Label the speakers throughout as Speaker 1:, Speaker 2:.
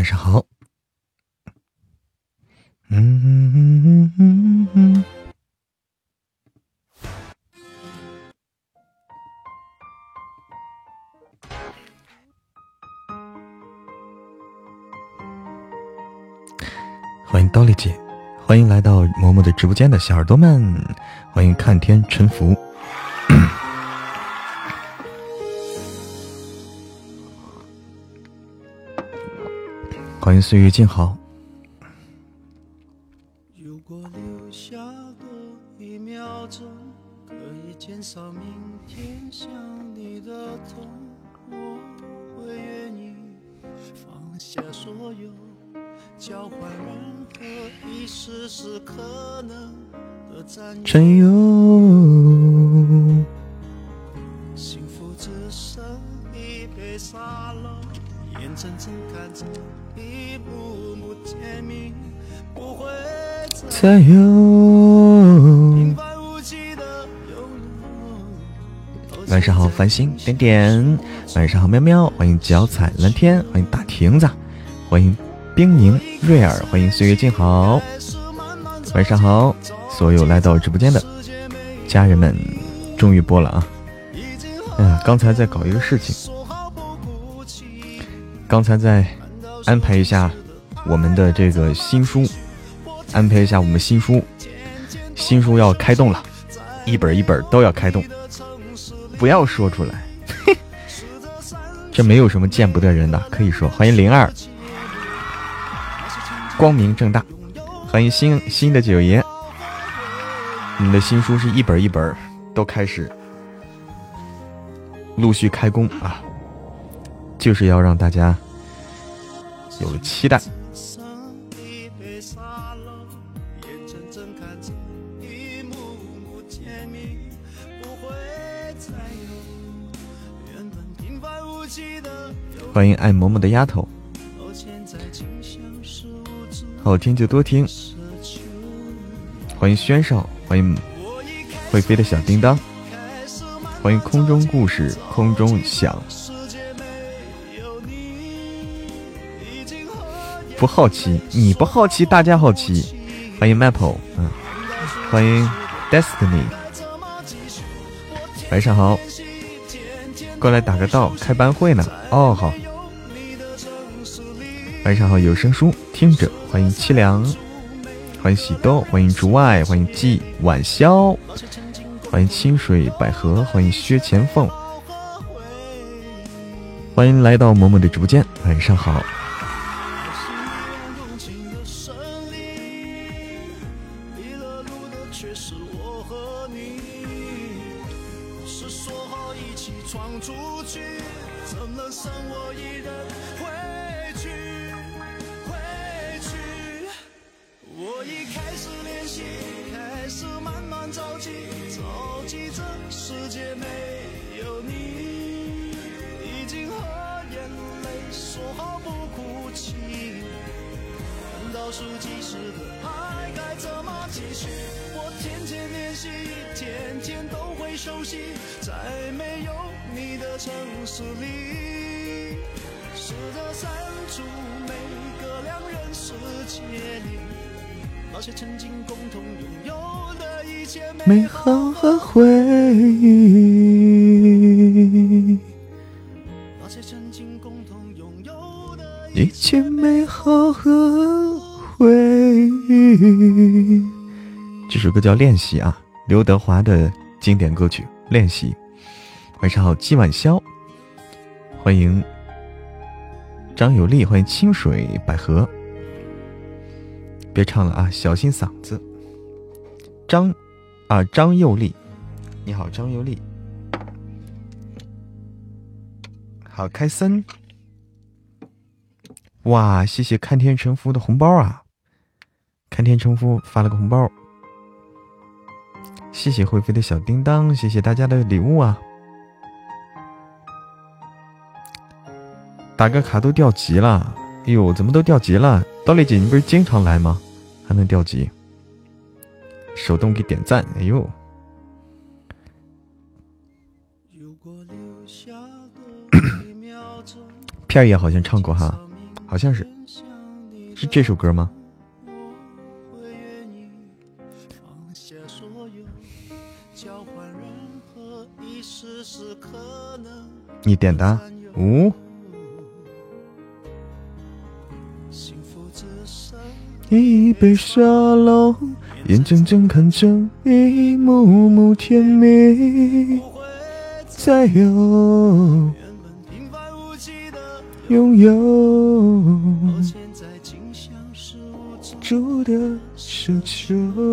Speaker 1: 上好。欢迎刀丽姐，欢迎来到嬷嬷的直播间的小耳朵们，欢迎看天沉浮。欢迎岁月静好。如果留下多一秒钟，可以减少明天想你的痛，我会愿意放下所有，交换任何一丝丝可能的占有。幸福只剩一杯沙漏，眼睁睁看着一幕幕甜蜜不会再有。晚上好繁星点点，晚上好喵喵，欢迎脚踩蓝天，欢迎大亭子，欢迎冰凝瑞尔，欢迎岁月静好。晚上好所有来到直播间的家人们，终于播了啊。哎呀，刚才在搞一个事情，刚才在安排一下我们的这个新书，安排一下我们新书要开动了，一本一本都要开动，不要说出来这没有什么见不得人的，可以说。欢迎02，光明正大，欢迎新的九爷。我们的新书是一本一本都开始陆续开工啊，就是要让大家有了期待。欢迎爱嬷嬷的丫头，好听就多听。欢迎轩少，欢迎会飞的小叮当，欢迎空中故事空中响。不好奇，你不好奇，大家好奇。欢迎 Maple， 欢迎 Destiny， 晚上好，过来打个道，开班会呢。哦，好。晚上好，有声书听着，欢迎凄凉，欢迎喜豆，欢迎竹外，欢迎季晚宵，欢迎清水百合，欢迎薛前凤，欢迎来到嬷嬷的直播间，晚上好。美好和回忆，一切美好和回忆。这首歌叫《练习》啊，刘德华的经典歌曲《练习》。晚上好，季晚宵，欢迎张有利，欢迎清水百合。别唱了啊，小心嗓子。张佑利，你好，张佑利。好，开森。哇，谢谢看天成夫的红包啊！看天成夫发了个红包，谢谢会飞的小叮当，谢谢大家的礼物啊！打个卡都掉级了，哎呦，怎么都掉级了？刀丽姐，你不是经常来吗？还能掉级？手动给点赞，哎呦！片儿也好像唱过哈，好像是。 是这首歌吗？你点的？哦。一杯沙漏，眼睁睁看着一幕幕甜蜜，再有拥有住的奢求。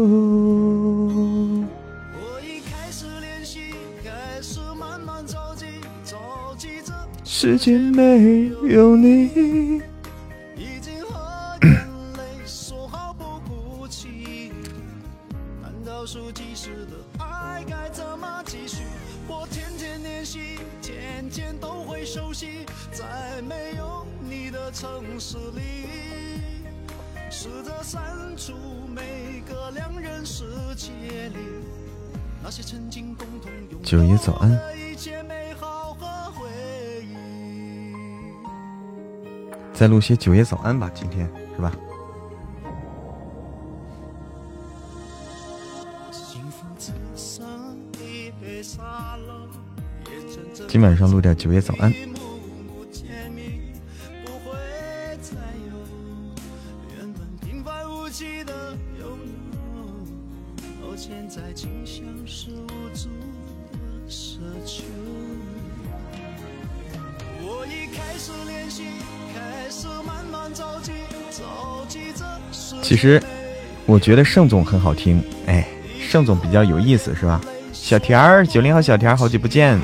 Speaker 1: 世界没有你。九爷早安。再录些九爷早安吧，今天是吧？今晚上录点九爷早安。其实我觉得盛总很好听，哎，盛总比较有意思是吧？小田儿，90后小田儿，好久不见。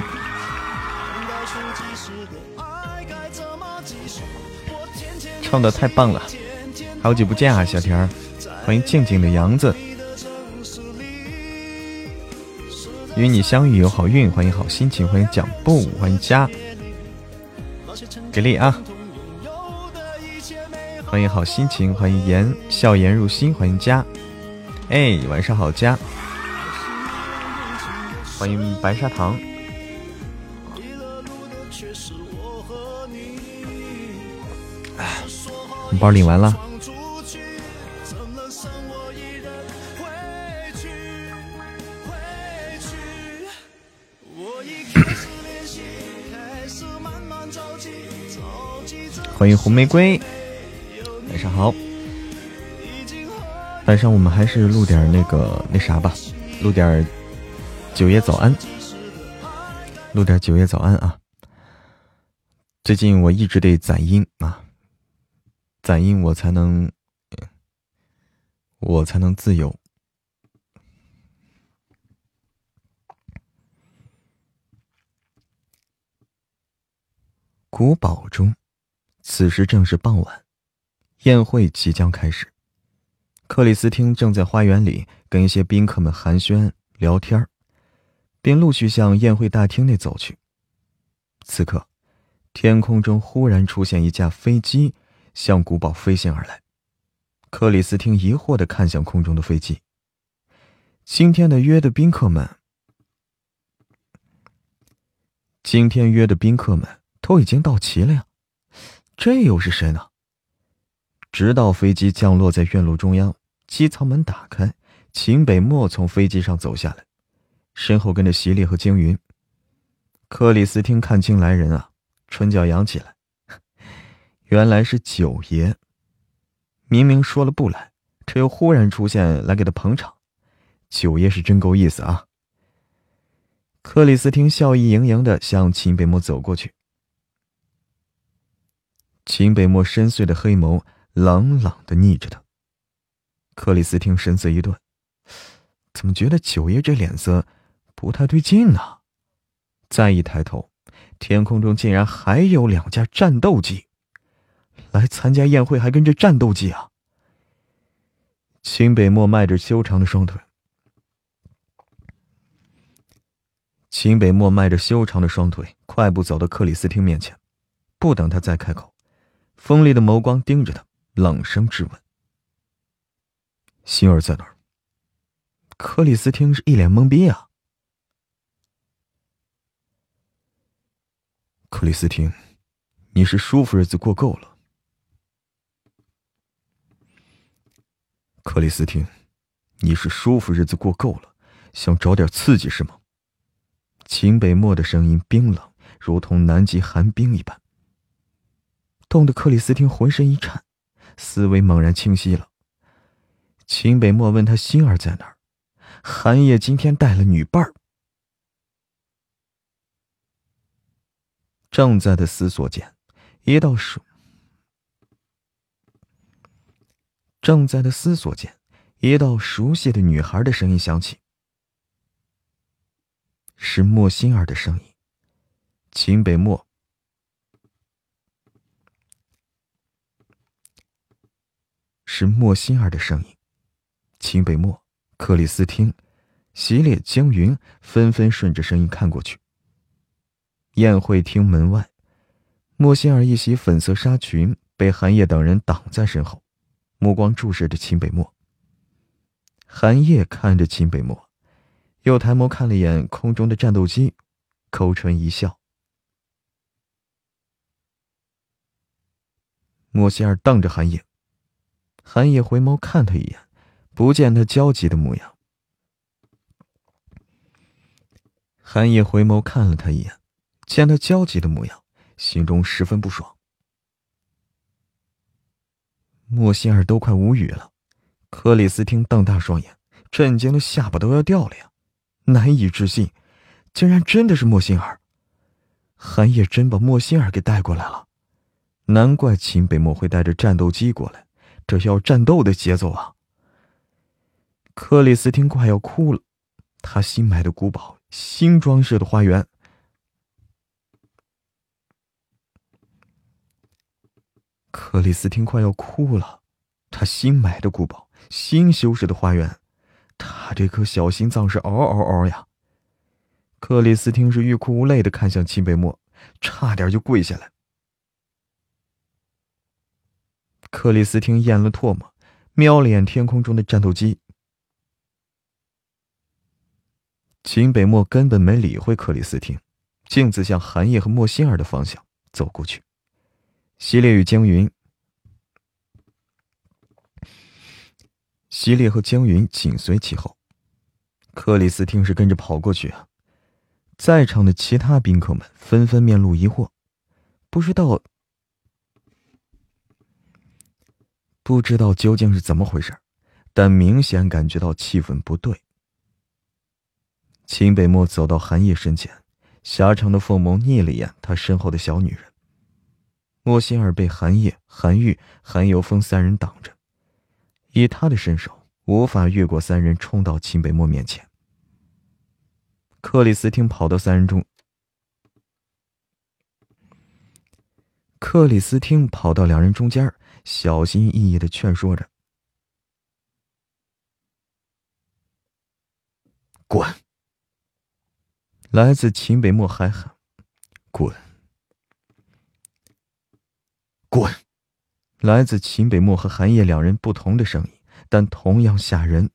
Speaker 1: 唱的太棒了，好久不见啊，小田儿！欢迎静静的杨子，与你相遇有好运，欢迎好心情，欢迎蒋布，欢迎家，给力啊！欢迎好心情，欢迎颜笑颜入心，欢迎家，哎，晚上好家，欢迎白砂糖。红包领完了，欢迎红玫瑰，晚上好。晚上我们还是录点那啥吧，录点九爷早安，录点九爷早安啊！最近我一直得攒音啊。攒音我才能自由。古堡中，此时正是傍晚，宴会即将开始。克里斯汀正在花园里跟一些宾客们寒暄聊天，便陆续向宴会大厅内走去。此刻，天空中忽然出现一架飞机，向古堡飞行而来。克里斯汀疑惑地看向空中的飞机。今天约的宾客们都已经到齐了呀，这又是谁呢？直到飞机降落在院落中央，机舱门打开，秦北漠从飞机上走下来，身后跟着席烈和惊云。克里斯汀看清来人啊，唇角扬起来，原来是九爷。明明说了不来，这又忽然出现来给他捧场，九爷是真够意思啊。克里斯汀笑意盈盈地向秦北漠走过去。秦北漠深邃的黑眸冷冷地睨着他。克里斯汀神色一顿，怎么觉得九爷这脸色不太对劲呢？再一抬头，天空中竟然还有2架战斗机，来参加宴会还跟着战斗机啊！秦北漠迈着修长的双腿，快步走到克里斯汀面前，不等他再开口，锋利的眸光盯着他，冷声质问：“星儿在哪儿？”克里斯汀是一脸懵逼啊。克里斯汀，你是舒服日子过够了。 克里斯汀，你是舒服日子过够了，想找点刺激是吗？秦北漠的声音冰冷，如同南极寒冰一般，冻得克里斯汀浑身一颤，思维猛然清晰了。秦北漠问他心儿在哪儿，寒夜今天带了女伴儿。正在的思索间，一道熟悉的女孩的声音响起，是莫心儿的声音。秦北漠是莫心儿的声音。秦北漠、克里斯汀、席烈、江云纷纷顺着声音看过去。宴会厅门外，莫心儿一袭粉色纱裙被寒夜等人挡在身后，目光注视着秦北漠。寒夜看着秦北漠，又抬眸看了眼空中的战斗机，口唇一笑。莫心儿瞪着寒夜，寒夜回眸看他一眼，不见他焦急的模样。寒夜回眸看了他一眼，见他焦急的模样，心中十分不爽。莫心儿都快无语了，克里斯汀瞪大双眼，震惊的下巴都要掉了呀，难以置信，竟然真的是莫心儿。寒夜真把莫心儿给带过来了，难怪秦北漠会带着战斗机过来，这要战斗的节奏啊！克里斯汀快要哭了，他新买的古堡，新装饰的花园。克里斯汀快要哭了，他新买的古堡，新修饰的花园，他这颗小心脏是嗷嗷嗷呀！克里斯汀是欲哭无泪的看向秦北漠，差点就跪下来。克里斯汀咽了唾沫，瞄了眼天空中的战斗机。秦北漠根本没理会克里斯汀，径自向寒夜和莫心儿的方向走过去。席烈和江云紧随其后。克里斯汀是跟着跑过去啊。在场的其他宾客们纷纷面露疑惑，不知道究竟是怎么回事，但明显感觉到气氛不对。秦北漠走到寒夜身前，狭长的凤眸睨了一眼他身后的小女人。莫心儿被寒夜、韩愈、韩游风三人挡着，以他的身手无法越过三人冲到秦北漠面前。克里斯汀跑到两人中间，小心翼翼地劝说着：“滚！”来自秦北漠还喊：“滚！”滚！来自秦北漠和寒夜两人不同的声音，但同样吓人。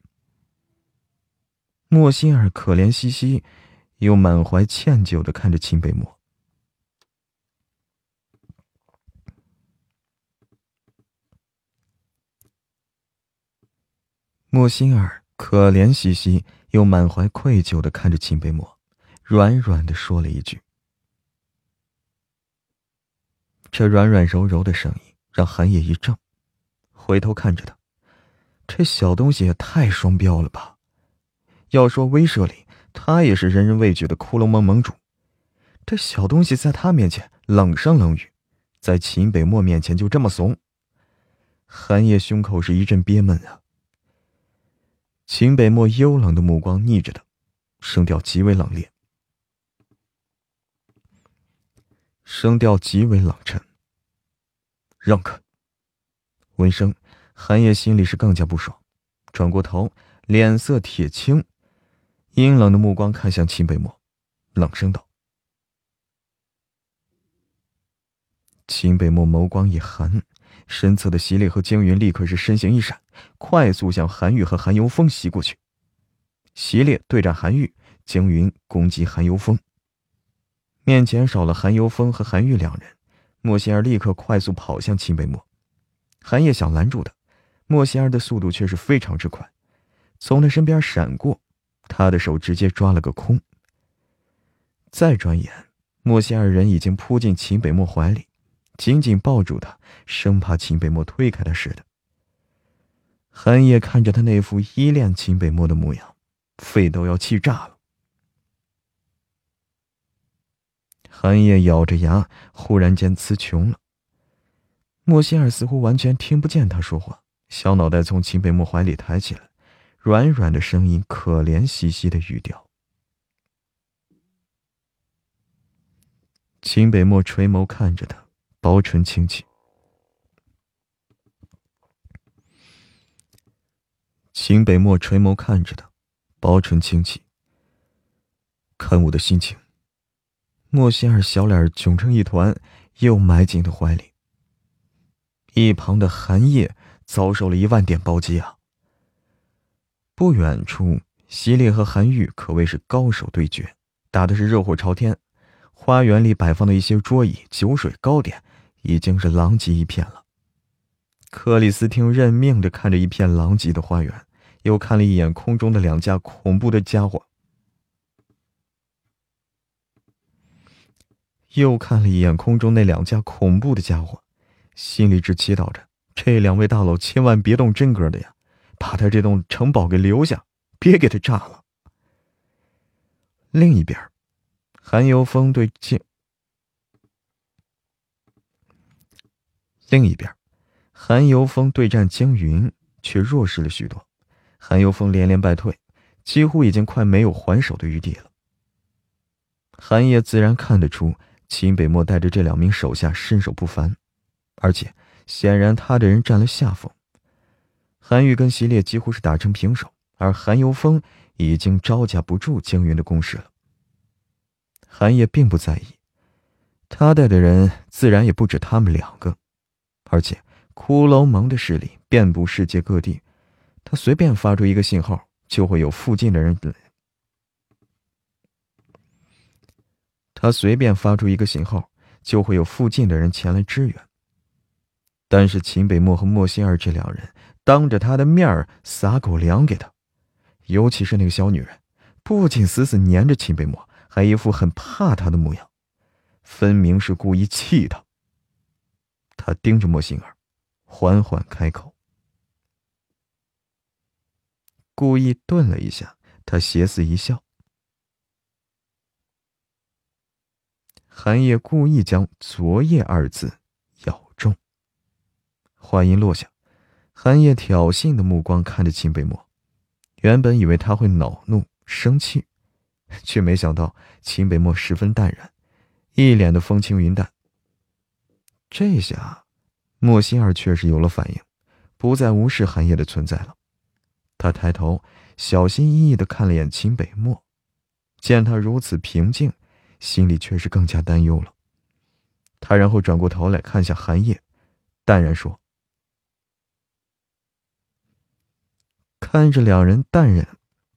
Speaker 1: 莫心儿可怜兮兮，又满怀歉疚地看着秦北漠。莫心儿可怜兮兮，又满怀愧疚地看着秦北漠，软软地说了一句。这软软柔柔的声音让寒夜一怔，回头看着他，这小东西也太双标了吧！要说威慑力，他也是人人畏惧的骷髅盟盟主，这小东西在他面前冷声冷语，在秦北漠面前就这么怂。寒夜胸口是一阵憋闷啊。秦北漠幽冷的目光逆着他，声调极为冷冽，冷沉。让开！闻声，寒夜心里是更加不爽，转过头，脸色铁青，阴冷的目光看向秦北漠，冷声道：“秦北漠眸光一寒，身侧的席烈和江云立刻是身形一闪，快速向韩愈和韩游风袭过去。席烈对战韩愈，江云攻击韩游风。面前少了韩游风和韩愈两人，莫心儿立刻快速跑向秦北漠。寒夜想拦住他， 莫西尔的速度却是非常之快，从他身边闪过，他的手直接抓了个空。再转眼，莫西尔人已经扑进秦北漠怀里，紧紧抱住他，生怕秦北漠推开他似的。韩烨看着他那副依恋秦北漠的模样，肺都要气炸了。韩烨咬着牙，忽然间词穷了。莫西尔似乎完全听不见他说话，小脑袋从秦北漠怀里抬起来，软软的声音可怜兮兮的语调。秦北漠垂眸看着他，薄唇轻启。秦北漠垂眸看着他，薄唇轻启。看我的心情。莫西尔小脸窘成一团，又埋进他怀里。一旁的韩烨遭受了10000点暴击啊！不远处，西烈和韩愈可谓是高手对决，打的是热火朝天。花园里摆放的一些桌椅、酒水、糕点，已经是狼藉一片了。克里斯汀认命地看着一片狼藉的花园，又看了一眼空中的2架恐怖的家伙，心里只祈祷着这2位大佬千万别动真格的呀，把他这栋城堡给留下，别给他炸了。另一边，韩游峰对战惊云却弱势了许多，韩游峰连连败退，几乎已经快没有还手的余地了。韩烨自然看得出秦北漠带着这2名手下身手不凡，而且显然他的人占了下风。韩愈跟西烈几乎是打成平手，而韩游峰已经招架不住惊云的攻势了。韩烨并不在意，他带的人自然也不止他们2个，而且骷髅盟的势力遍布世界各地，他随便发出一个信号，就会有附近的人前来支援。但是秦北漠和莫西尔这2人当着他的面撒狗粮给他，尤其是那个小女人，不仅死死黏着秦北漠，还一副很怕他的模样，分明是故意气他。他盯着莫西尔，缓缓开口，故意顿了一下，他斜似一笑。韩烨故意将昨夜2字咬中。话音落下，韩烨挑衅的目光看着秦北漠，原本以为他会恼怒生气，却没想到秦北漠十分淡然，一脸的风轻云淡。这下莫西尔确实有了反应，不再无视韩烨的存在了。他抬头小心翼翼地看了眼秦北漠，见他如此平静，心里却是更加担忧了。他然后转过头来看向韩烨，淡然说：看着2人淡然，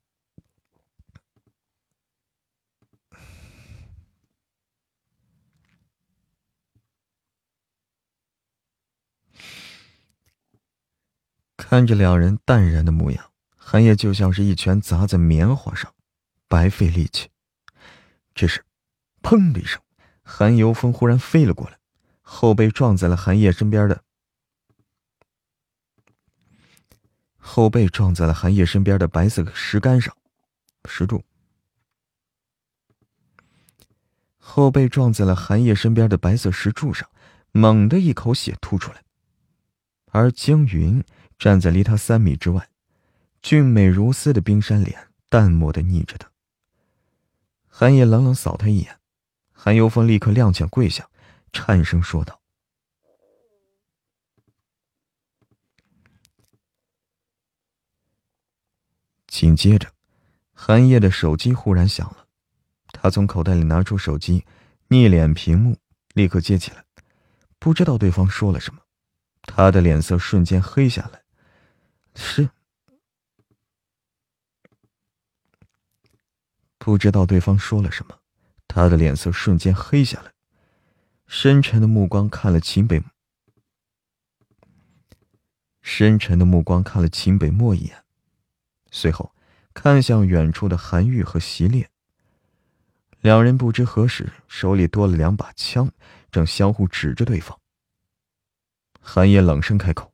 Speaker 1: 的模样，韩烨就像是一拳砸在棉花上，白费力气。这时砰的一声，韩游峰忽然飞了过来，后背撞在了韩烨身边的白色石柱上，猛地一口血吐出来。而惊云站在离他3米之外，俊美如丝的冰山脸淡漠地睨着他。韩烨冷冷扫他一眼，韩游峰立刻踉跄跪下，颤声说道：紧接着，韩烨的手机忽然响了，他从口袋里拿出手机，逆脸屏幕，立刻接起来，不知道对方说了什么，他的脸色瞬间黑下来。深沉的目光看了秦北深沉的目光看了秦北漠一眼，随后看向远处的韩愈和席烈。两人不知何时手里多了2把枪，正相互指着对方。韩烨冷声开口。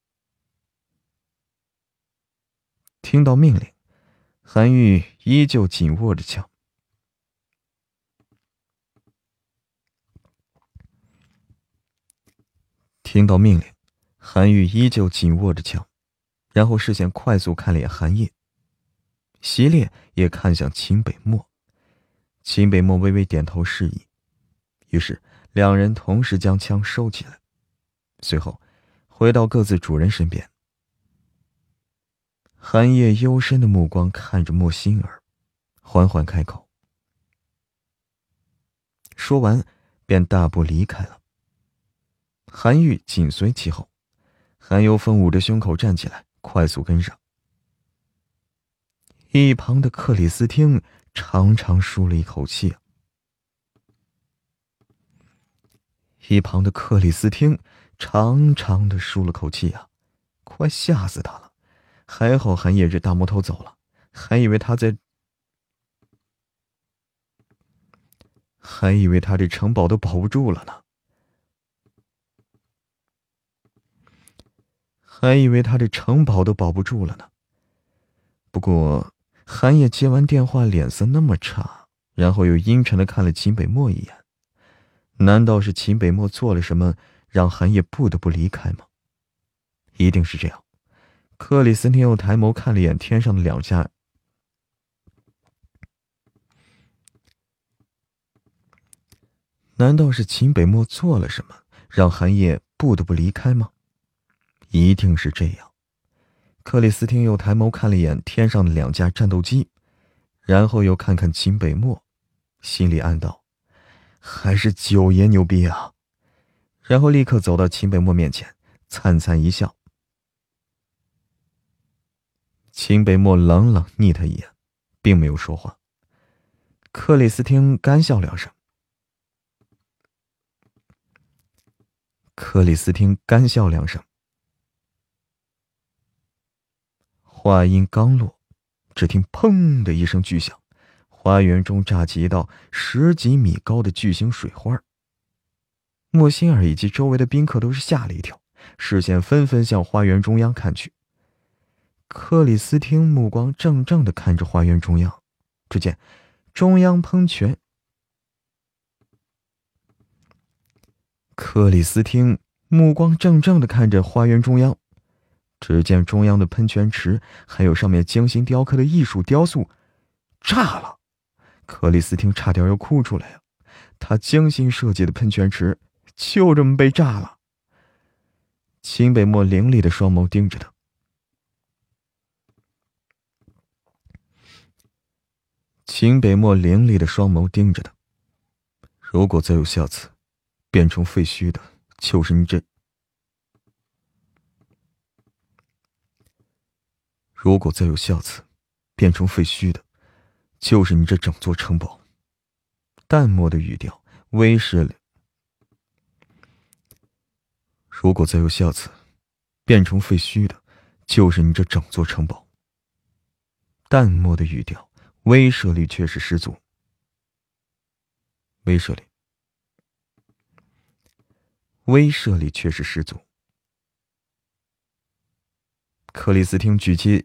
Speaker 1: 听到命令，韩愈依旧紧握着枪。听到命令，韩愈依旧紧握着枪，然后视线快速看了眼韩烨。席烈也看向秦北漠，秦北漠微微点头示意，于是两人同时将枪收起来，随后回到各自主人身边。韩烨幽深的目光看着莫心儿，缓缓开口，说完便大步离开了。韩愈紧随其后，韩幽风捂着胸口站起来，快速跟上。一旁的克里斯汀长长舒了一口气。长长的舒了口气啊，快吓死他了！还好韩烨这大魔头走了，还以为他这城堡都保不住了呢。不过韩烨接完电话脸色那么差，然后又阴沉地看了秦北漠一眼。难道是秦北漠做了什么让韩烨不得不离开吗？一定是这样。克里斯汀又抬眸看了一眼天上的2架。难道是秦北漠做了什么让韩烨不得不离开吗？一定是这样。克里斯汀又抬眸看了一眼天上的2架战斗机，然后又看看秦北漠，心里暗道，还是九爷牛逼啊！然后立刻走到秦北漠面前，灿灿一笑。秦北漠冷冷睨他一眼，并没有说话。克里斯汀干笑2声。话音刚落，只听砰的一声巨响，花园中炸起一道10几米高的巨型水花。莫辛尔以及周围的宾客都是吓了一跳，视线纷纷向花园中央看去。克里斯汀目光怔怔地看着花园中央，只见中央喷泉。克里斯汀目光怔怔地看着花园中央，只见中央的喷泉池还有上面精心雕刻的艺术雕塑炸了。克里斯汀差点要哭出来啊！他精心设计的喷泉池就这么被炸了。秦北漠凌厉的双眸盯着他。如果再有下次，变成废墟的就是你这。整座城堡。淡漠的语调威慑了。如果再有下次，变成废墟的就是你这整座城堡。淡漠的语调威慑力却是十足。克里斯汀举起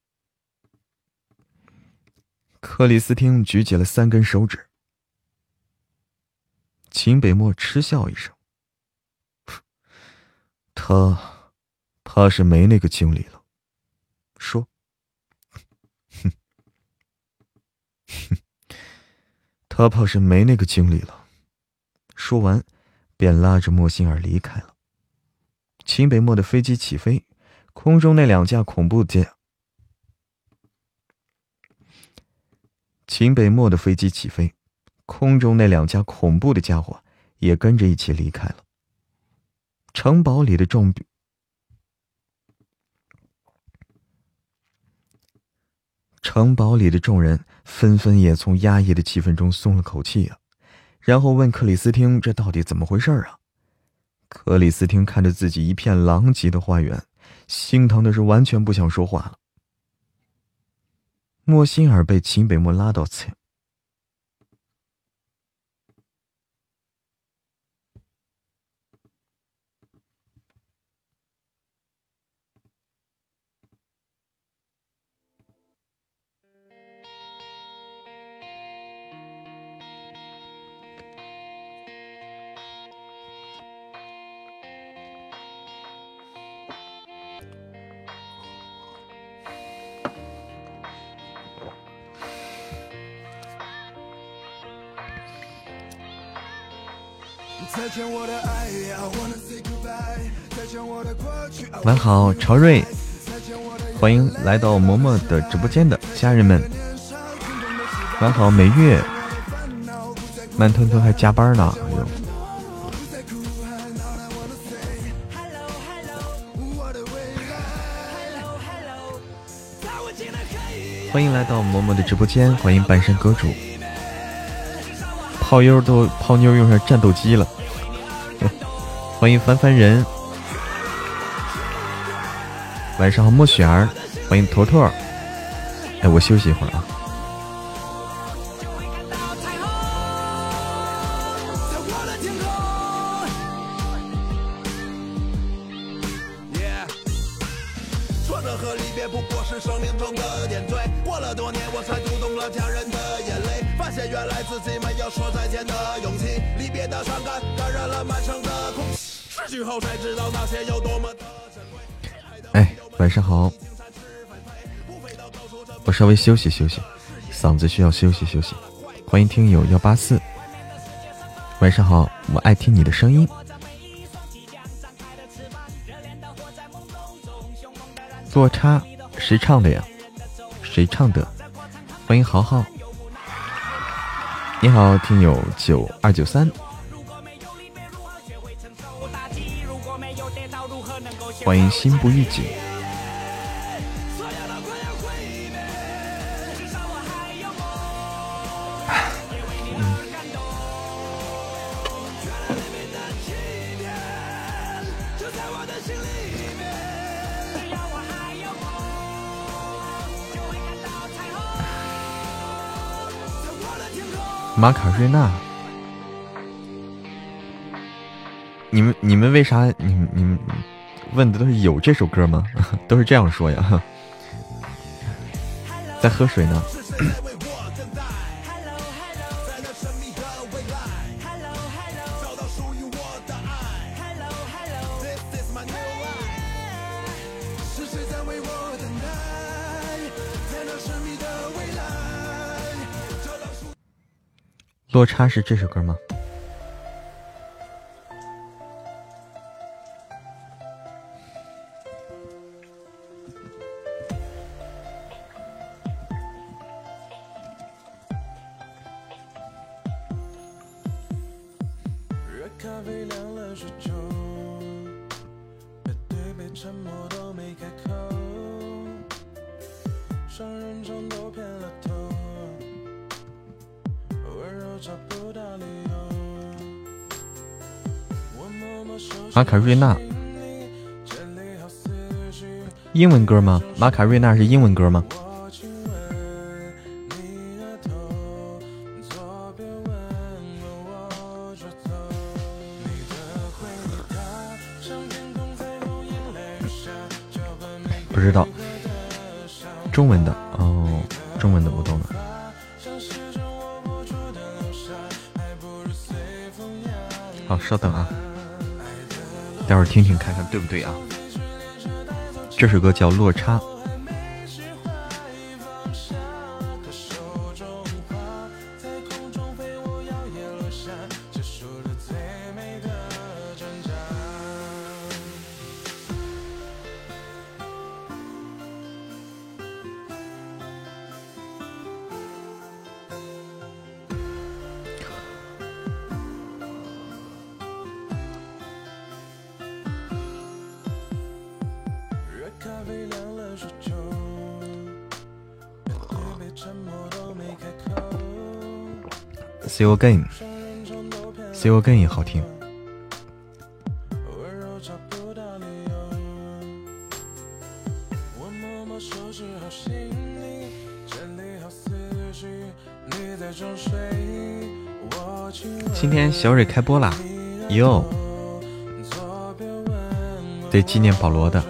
Speaker 1: 了3根手指。秦北漠嗤笑一声，他怕是没那个精力了。说，他怕是没那个精力了。说完，便拉着莫辛尔离开了。秦北漠的飞机起飞，空中那2架恐怖的家伙也跟着一起离开了。城堡里的众人纷纷也从压抑的气氛中松了口气啊，然后问克里斯汀这到底怎么回事啊？克里斯汀看着自己一片狼藉的花园， 心疼的是完全不想说话了。莫心儿被秦北漠拉到前。晚好，朝瑞，欢迎来到嬷嬷的直播间的家人们。晚好，美月，慢吞吞还加班呢。哎呦，欢迎来到嬷嬷的直播间，欢迎半山阁主。泡妞用上战斗机了。欢迎凡凡人，晚上好莫雪儿，欢迎坨坨。哎，我休息一会儿啊。挫折和离别不过是生命中的点缀，过了多年我才读懂了家人的眼泪，发现原来自己没有说再见的勇气，离别的伤感感染了满城的空气，失去后才知道那些有多么的珍贵。哎，晚上好，我稍微休息休息，嗓子需要休息休息。欢迎听友184，晚上好，我爱听你的声音。落差谁唱的呀？谁唱的？欢迎豪豪。你好，听友9293。欢迎心不预警。马卡瑞娜，你们为啥你们问的都是有这首歌吗？都是这样说呀。在喝水呢。落差是这首歌吗？马卡瑞娜，英文歌吗？马卡瑞娜是英文歌吗？不知道，中文的哦，中文的我懂了。好，稍等啊。待会儿听听看看对不对啊？这首歌叫《落差》。See you again， See you again 也好听。 今天小蕊开播啦，哟，对，纪念保罗的。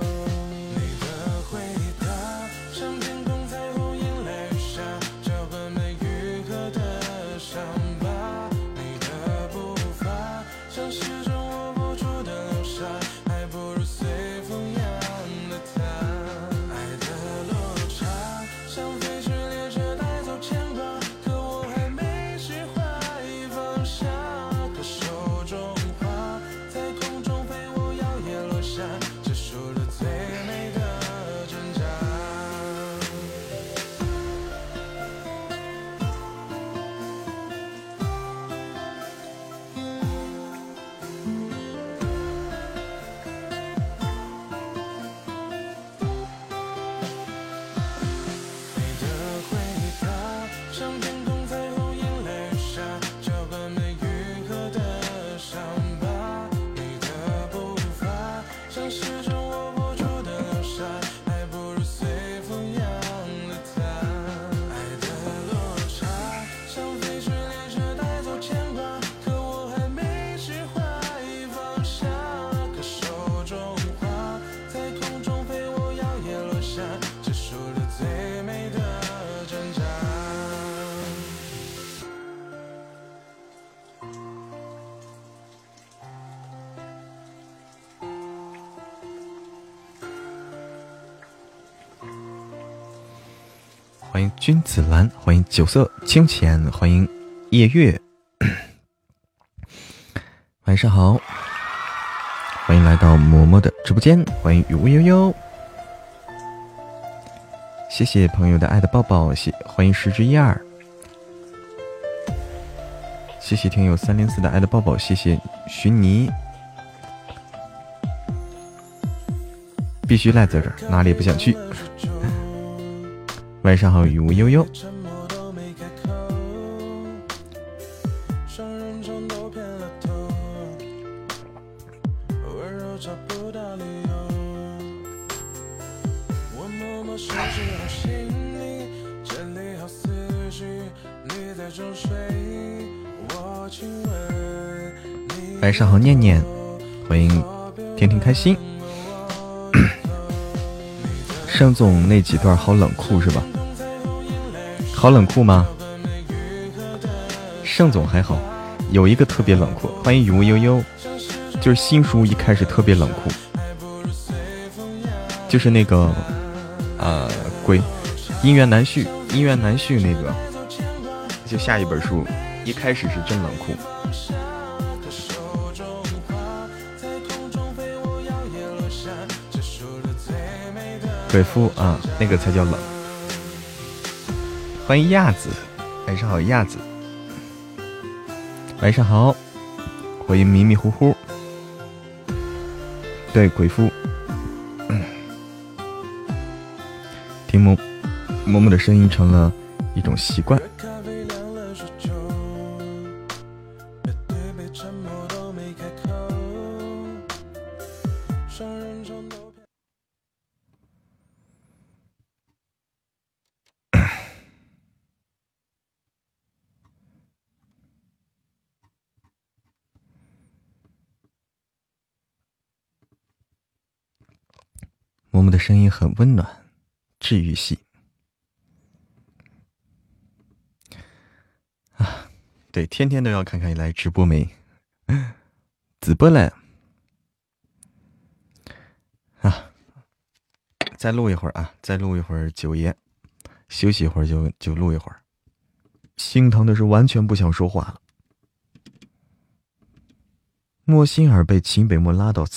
Speaker 1: 欢迎君子兰，欢迎酒色清浅，欢迎夜月，晚上好，欢迎来到嬷嬷的直播间，欢迎雨无悠悠，谢谢朋友的爱的抱抱，欢迎十之一二，谢谢听友304的爱的抱抱，谢谢徐妮，必须赖在这儿，哪里也不想去。晚上好，雨无悠悠。晚上好，念念，欢迎天天开心。盛总那几段好冷酷是吧？好冷酷吗？盛总还好，有一个特别冷酷。欢迎雨无悠悠，就是新书一开始特别冷酷，就是那个鬼姻缘难续那个，就下一本书一开始是真冷酷。鬼夫啊，那个才叫冷。欢迎亚子，晚上好，亚子，晚上好。欢迎迷迷糊糊，对，鬼夫。听嬷嬷的声音成了一种习惯。嬷嬷的声音很温暖，治愈系啊！对，天天都要看看你来直播没？直播了啊！再录一会儿啊，再录一会儿九爷，休息一会儿就录一会儿。心疼的是完全不想说话了。莫辛尔被秦北漠拉到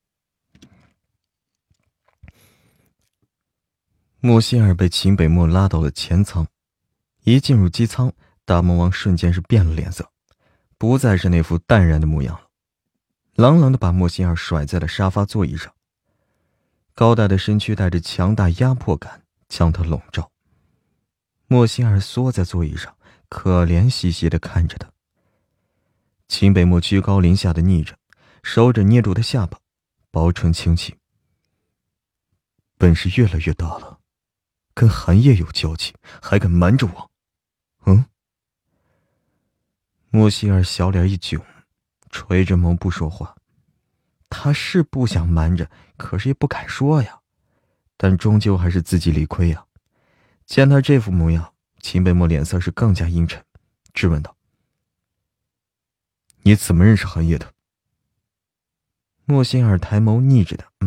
Speaker 1: 莫辛尔被秦北漠拉到了前舱，一进入机舱，大魔王瞬间是变了脸色，不再是那副淡然的模样了，朗朗的把莫辛尔甩在了沙发座椅上，高大的身躯带着强大压迫感将他笼罩。莫辛尔缩在座椅上，可怜兮兮地看着他。秦北漠居高临下的逆着，手指捏住他下巴，薄唇轻启：“本事越来越大了，跟寒夜有交集，还敢瞒着我？” 莫西尔小脸一窘，垂着眸不说话。他是不想瞒着，可是也不敢说呀。但终究还是自己理亏呀。见他这副模样，秦北漠脸色是更加阴沉，质问道：“你怎么认识寒夜的？”莫心儿抬眸逆着他，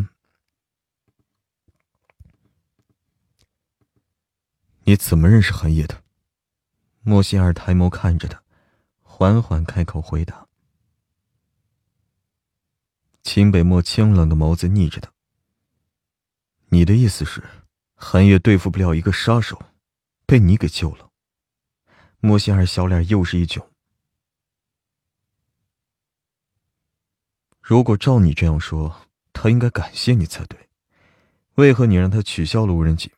Speaker 1: 你怎么认识寒夜的？莫心儿抬眸看着他，缓缓开口回答。秦北漠清冷的眸子逆着他：“你的意思是，寒夜对付不了一个杀手，被你给救了？”莫心儿小脸又是一窘。如果照你这样说，他应该感谢你才对，为何你让他取消了无人机？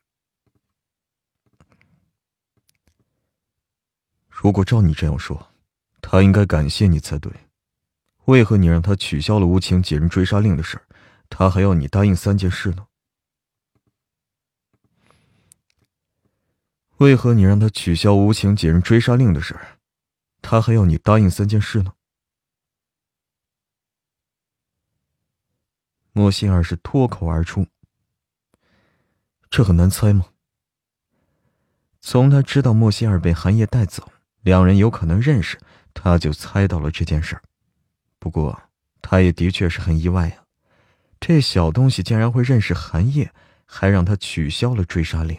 Speaker 1: 如果照你这样说，他应该感谢你才对，为何你让他取消了无情解人追杀令的事儿，他还要你答应3件事呢？为何你让他取消无情解人追杀令的事儿，他还要你答应3件事呢？莫心儿是脱口而出：“这很难猜吗？”从他知道莫心儿被寒夜带走，两人有可能认识，他就猜到了这件事儿。不过他也的确是很意外呀，这小东西竟然会认识寒夜，还让他取消了追杀令。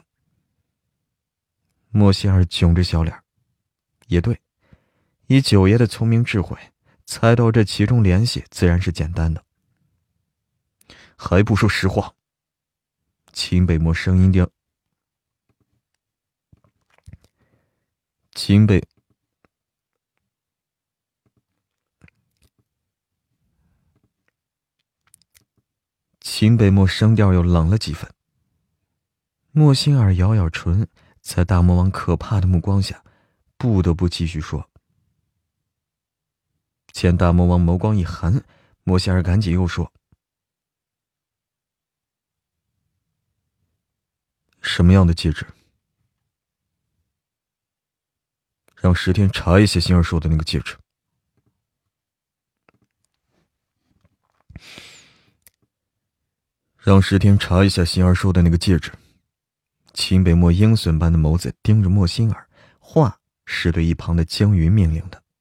Speaker 1: 莫心儿窘着小脸，也对，以九爷的聪明智慧，猜到这其中联系自然是简单的。还不说实话！秦北漠声音调。秦北漠声调又冷了几分。莫心儿咬咬唇，在大魔王可怕的目光下，不得不继续说。见大魔王眸光一寒，莫心儿赶紧又说：“什么样的戒指？”让石天查一下心儿说的那个戒指。让石天查一下心儿说的那个戒指。秦北漠鹰隼般的眸子盯着莫心儿，话是对一旁的江云命令的。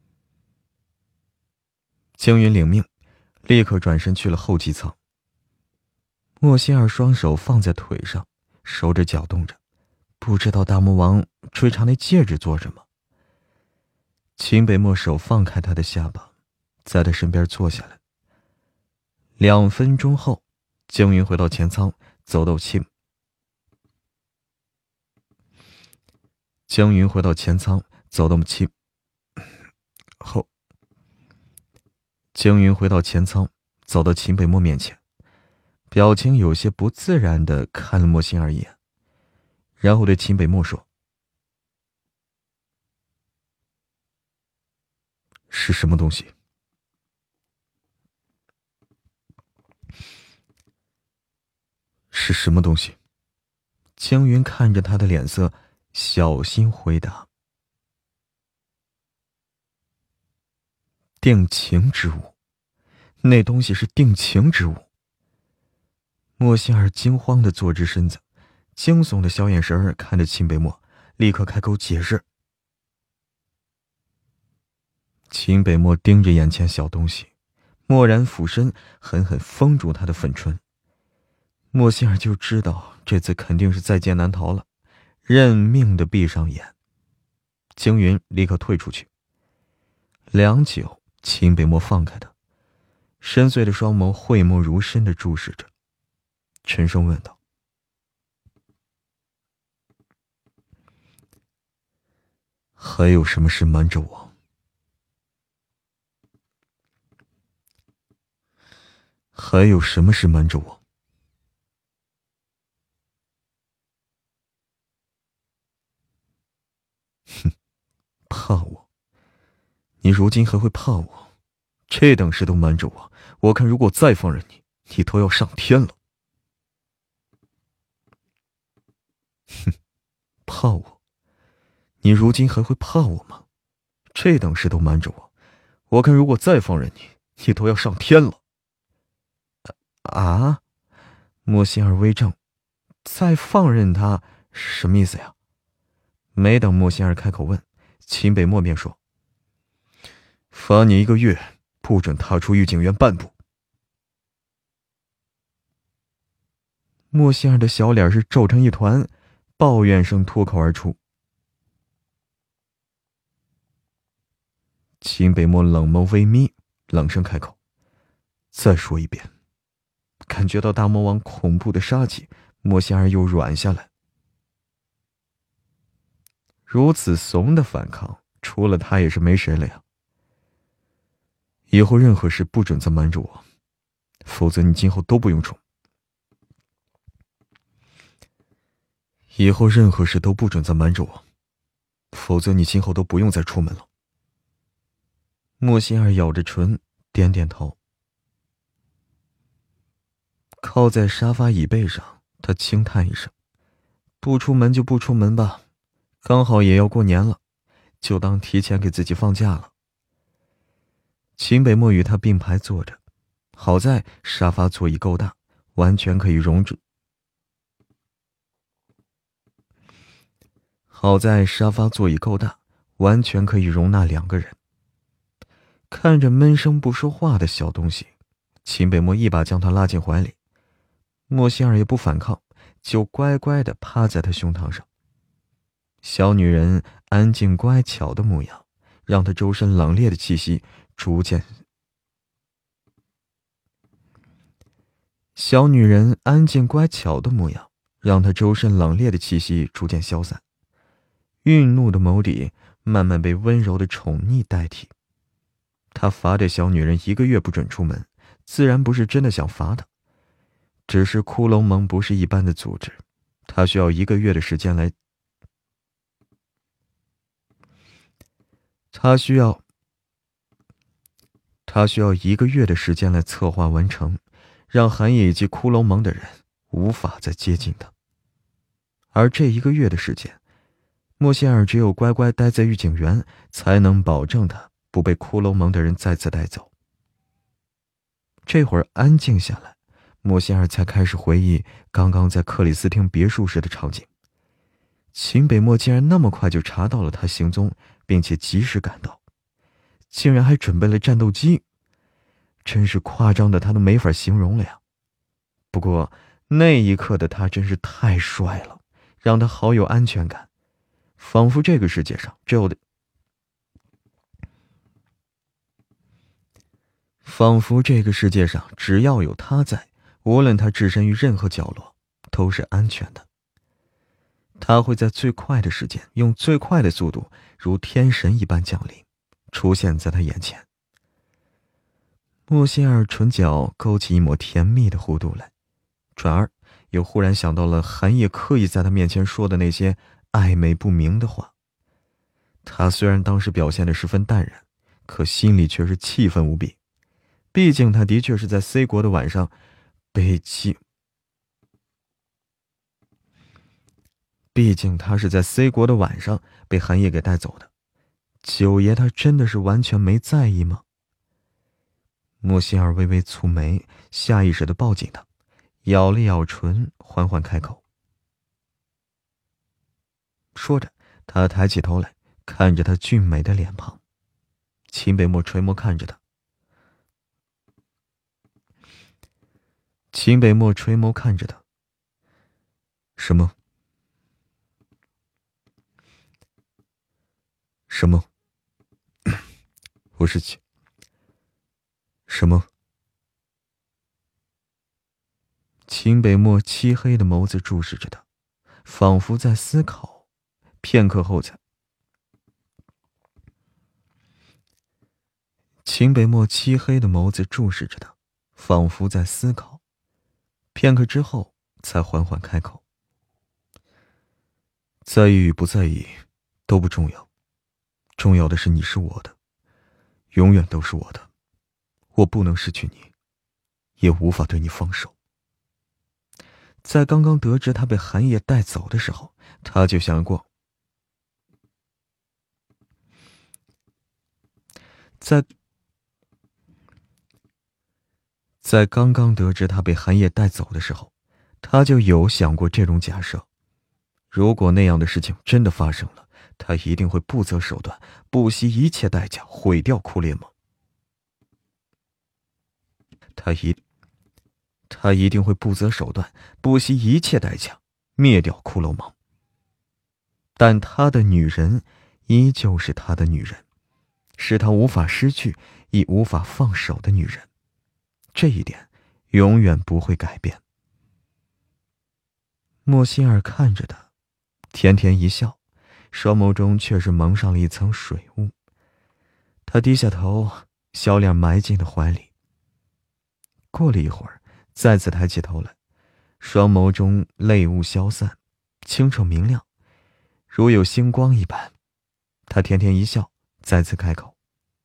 Speaker 1: 江云领命，立刻转身去了后机舱。莫心儿双手放在腿上，手指搅动着，不知道大魔王追查那戒指做什么。秦北漠手放开他的下巴，在他身边坐下来。2分钟后，江云回到前舱，走到秦后。江云回到前舱，走到秦北漠面前，表情有些不自然地看了莫心儿一眼，然后对秦北漠说：“是什么东西？”是什么东西？江云看着他的脸色，小心回答：“定情之物，那东西是定情之物。”莫心儿惊慌地坐直身子，惊悚的小眼神看着秦北漠，立刻开口解释。秦北漠盯着眼前小东西，蓦然俯身，狠狠封住他的粉唇。莫心儿就知道这次肯定是在劫难逃了，认命的闭上眼。惊云立刻退出去。良久，秦北漠放开他，深邃的双眸讳莫如深地注视着，沉声问道：“还有什么事瞒着我？还有什么事瞒着我？”哼，怕我？你如今还会怕我？这等事都瞒着我，我看如果再放任你，你都要上天了。哼，怕我？你如今还会怕我吗？ 这等事都瞒着我，我看如果再放任你，你都要上天了。啊？莫心儿微怔，再放任他什么意思呀？没等莫心儿开口问，秦北漠便说：“罚你1个月，不准踏出御景园半步。”莫心儿的小脸是皱成一团，抱怨声脱口而出。秦北漠冷眸微眯，冷声开口：“再说一遍。”感觉到大魔王恐怖的杀气，莫心儿又软下来。如此怂的反抗，除了他也是没谁了呀。以后任何事不准再瞒着我，否则你今后都不用出。以后任何事都不准再瞒着我，否则你今后都不用再出门了。莫心儿咬着唇，点点头。靠在沙发椅背上，他轻叹一声：“不出门就不出门吧，刚好也要过年了，就当提前给自己放假了。”秦北漠与他并排坐着，好在沙发座椅够大，完全可以容着。好在沙发座椅够大，完全可以容纳2个人。看着闷声不说话的小东西，秦北漠一把将他拉进怀里。莫心儿也不反抗，就乖乖地趴在他胸膛上。小女人安静乖巧的模样，让他周身冷冽的气息逐渐消散，愠怒的眸底慢慢被温柔的宠溺代替。他罚这小女人1个月不准出门，自然不是真的想罚她，只是骷髅盟不是一般的组织，他需要1个月的时间来策划完成，让寒夜以及骷髅盟的人无法再接近他。而这1个月的时间，莫心儿只有乖乖待在御景园，才能保证他不被骷髅盟的人再次带走。这会儿安静下来，莫心儿才开始回忆刚刚在克里斯汀别墅时的场景。秦北漠竟然那么快就查到了他行踪，并且及时赶到，竟然还准备了战斗机，真是夸张的他都没法形容了呀。不过那一刻的他真是太帅了，让他好有安全感，仿佛这个世界上只要有他在，无论他置身于任何角落都是安全的。他会在最快的时间，用最快的速度，如天神一般降临，出现在他眼前。莫心儿唇角勾起一抹甜蜜的弧度来，转而又忽然想到了寒夜刻意在他面前说的那些暧昧不明的话。他虽然当时表现得十分淡然，可心里却是气愤无比。毕竟他的确是在 C 国的晚上被寒夜给带走的。九爷他真的是完全没在意吗？莫心儿微微蹙眉，下意识地抱紧他，咬了咬唇，缓缓开口。说着，他抬起头来，看着他俊美的脸庞。秦北漠垂眸看着他。什么？我是什么？秦北漠漆黑的眸子注视着他，仿佛在思考，片刻后才。秦北漠漆黑的眸子注视着他，仿佛在思考，片刻之后才缓缓开口。在意与不在意都不重要，重要的是你是我的，永远都是我的，我不能失去你，也无法对你放手。在刚刚得知他被寒夜带走的时候，他就想过在刚刚得知他被寒夜带走的时候，他就有想过这种假设。如果那样的事情真的发生了，他一定会不择手段，不惜一切代价毁掉库列蒙。他一定会不择手段，不惜一切代价灭掉骷髅盟。但他的女人依旧是他的女人，是他无法失去亦无法放手的女人，这一点永远不会改变。莫希尔看着他，甜甜一笑，双眸中却是蒙上了一层水雾。他低下头，小脸埋进了怀里。过了一会儿，再次抬起头来，双眸中泪雾消散，清澈明亮，如有星光一般。他甜甜一笑，再次开口：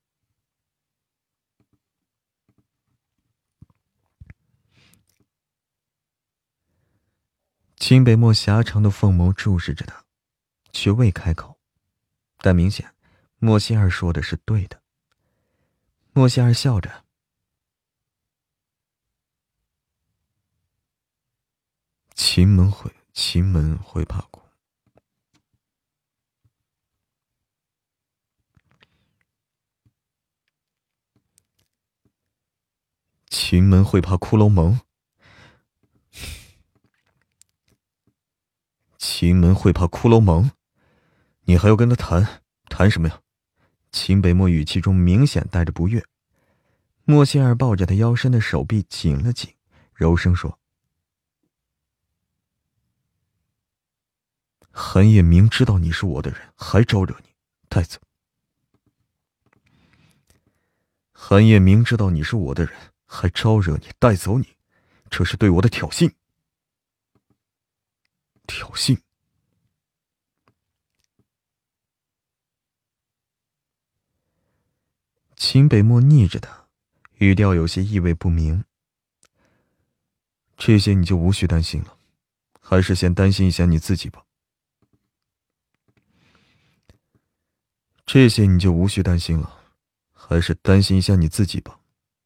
Speaker 1: 秦北漠狭长的凤眸注视着他，却未开口。但明显，莫希尔说的是对的。莫希尔笑着：秦门会怕苦。秦门会怕骷髅盟？秦门会怕骷髅盟？你还要跟他谈什么呀？秦北漠语气中明显带着不悦。莫希尔抱着他腰身的手臂紧了紧，柔声说：寒夜明知道你是我的人，还招惹你，带走。寒夜明知道你是我的人，还招惹你，带走你，这是对我的挑衅。挑衅？秦北漠逆着他，语调有些意味不明。这些你就无需担心了，还是先担心一下你自己吧。这些你就无需担心了，还是担心一下你自己吧。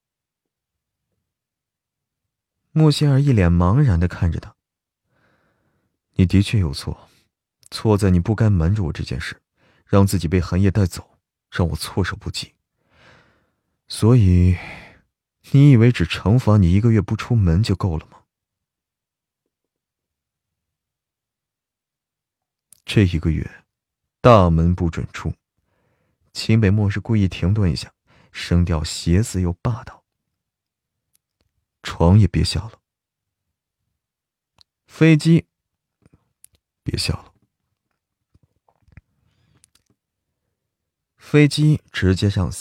Speaker 1: 莫希尔一脸茫然地看着他。你的确有错，错在你不该瞒着我这件事，让自己被寒夜带走，让我措手不及。所以，你以为只惩罚你1个月不出门就够了吗？这1个月，大门不准出。秦北漠是故意停顿一下，声调邪肆又霸道。床也别下了，飞机别下了，飞机直接向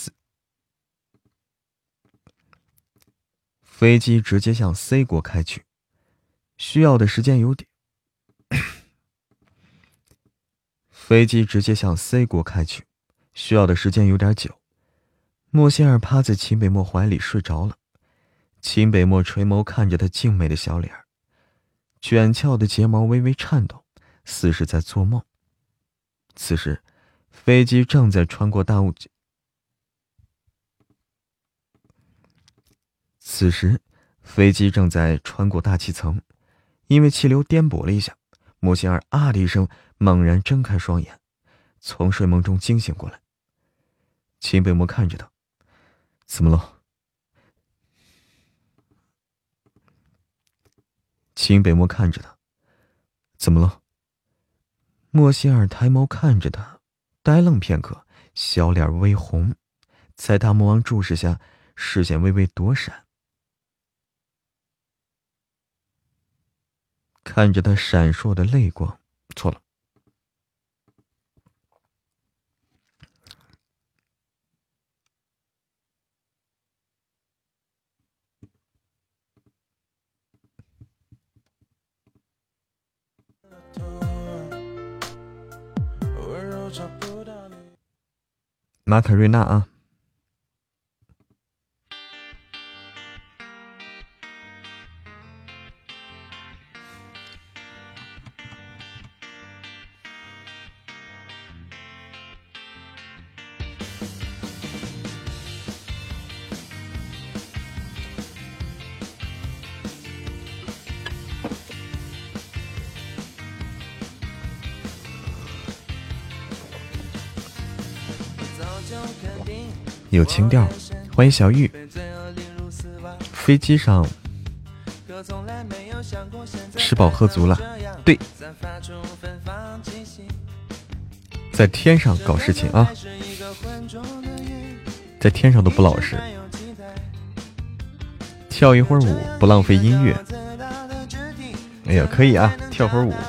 Speaker 1: C 国开去，需要的时间有点。飞机直接向 C 国开去，需要的时间有点久。莫希尔趴在秦北漠怀里睡着了，秦北漠垂眸看着他静美的小脸，卷翘的睫毛微微颤抖，似是在做梦。此时，飞机正在穿过大雾。此时，飞机正在穿过大气层，因为气流颠簸了一下，莫希尔啊的一声，猛然睁开双眼，从睡梦中惊醒过来。秦北漠看着他，怎么了？秦北漠看着他，怎么了？莫希尔抬眸看着他，呆愣片刻，小脸微红，在大魔王注视下，视线微微躲闪。看着他闪烁的泪光，错了。马凯瑞娜啊。 有情调。欢迎小玉。飞机上吃饱喝足了，对，在天上搞事情啊，在天上都不老实。跳一会儿舞，不浪费音乐。哎呀，可以啊，跳会儿舞。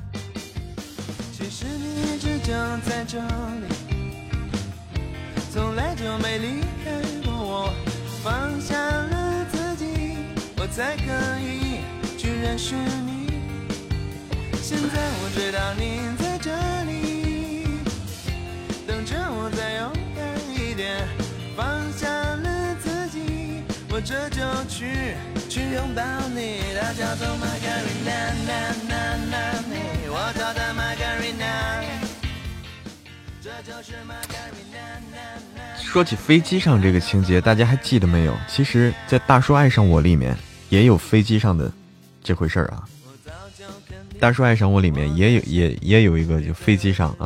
Speaker 1: 从来就没离开过我，放下了自己，我才可以去认识你。现在我知道你在这里，等着我再勇敢一点，放下了自己，我这就去拥抱你。它叫做 Margarina， 我叫它 Margarina， 这就是Margarina。说起飞机上这个情节，大家还记得没有？其实在大叔爱上我里面也有飞机上的这回事啊。大叔爱上我里面也有一个就飞机上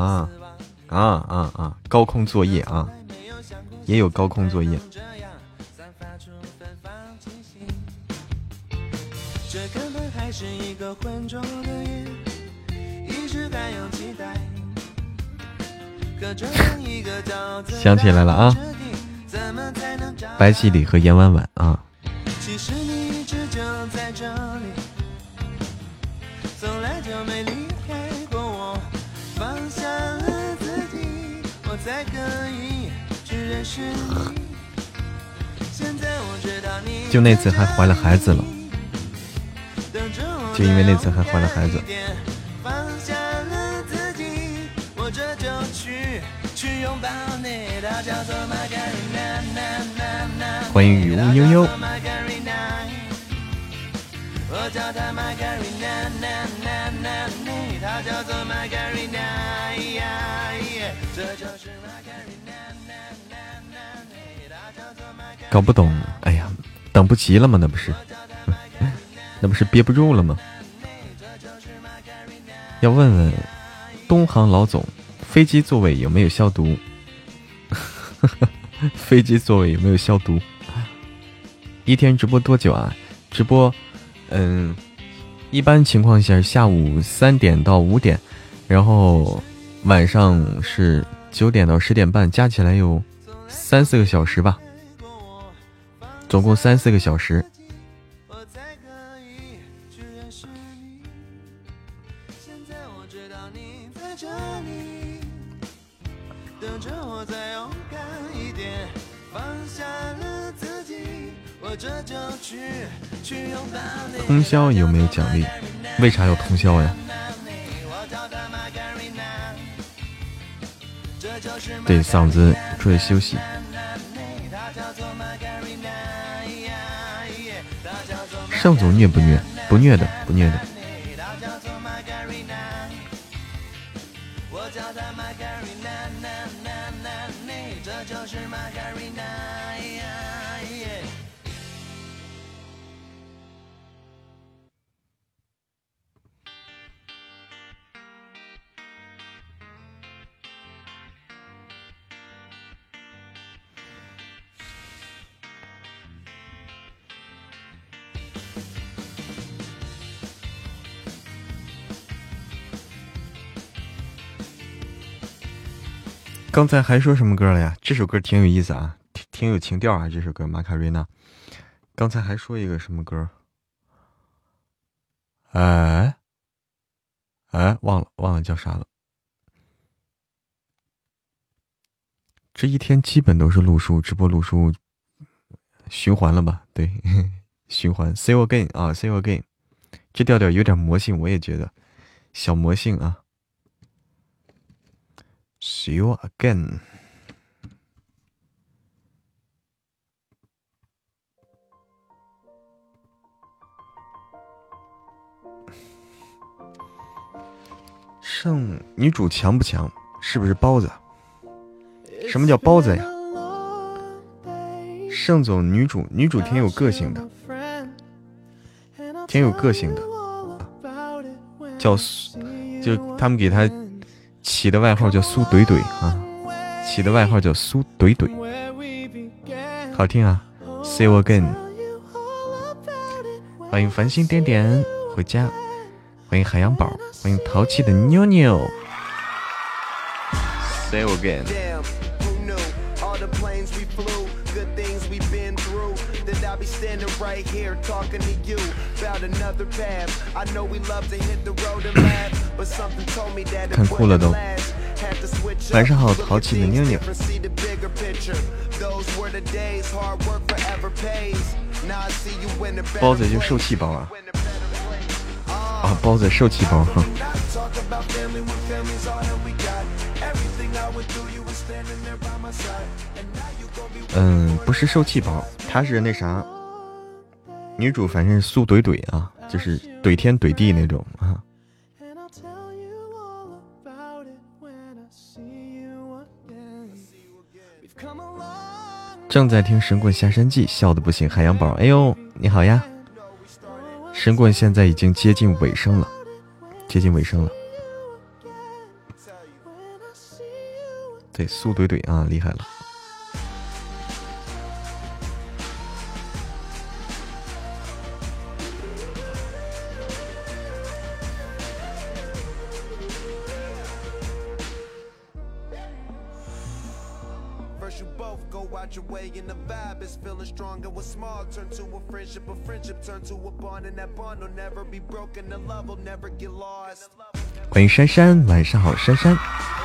Speaker 1: 高空作业啊，也有高空作业。这根本还是一个浑浊的夜，一直还有期待。想起来了啊，白起礼和阎婉婉啊。其实你一直就在这里，从来就没离开过我，放下了自己，我才可以去认识你。现在我知道你就那次还怀了孩子了，就因为那次还怀了孩子。这就去拥抱你，它叫做 Margarina， 欢迎雨雾悠悠。我叫它 Margarina， 它叫做 Margarina， 这就是 Margarina， 搞不懂，哎呀，等不及了吗？那不是，那不是憋不住了吗？要问问东航老总。飞机座位有没有消毒？飞机座位有没有消毒？一天直播多久啊？直播，一般情况下下午3点到5点，然后晚上是9点到10点半，加起来有3-4个小时吧，总共3-4个小时。通宵有没有奖励？为啥要通宵呀？对，嗓子出来休息。盛总虐不虐？不虐的，不虐的。刚才还说什么歌了呀？这首歌挺有意思啊，挺有情调啊。这首歌《马卡瑞娜》。刚才还说一个什么歌？忘了叫啥了。这一天基本都是录书，直播录书循环了吧？对，循环。See you again 啊 ，See you again。这调调有点魔性，我也觉得小魔性啊。See you again。女主强不强？是不是包子？什么叫包子呀？盛总女主挺有个性的，挺有个性的，就他们给她起的外号叫苏怼怼啊，起的外号叫苏怼怼。 好听啊 See you again。 欢迎繁星点点回家，欢迎海洋宝，欢迎淘气的妞妞。 See you again。 看哭了都。晚上好，淘气的妞妞。包子就受气包啊！啊，包子受气包哈。不是受气包，他是那啥，女主反正速怼怼啊，就是怼天怼地那种啊。正在听《神棍下山记》，笑得不行。海洋宝，哎呦，你好呀！神棍现在已经接近尾声了，接近尾声了。对，速怼怼啊，厉害了。欢迎珊珊，晚上好，珊珊。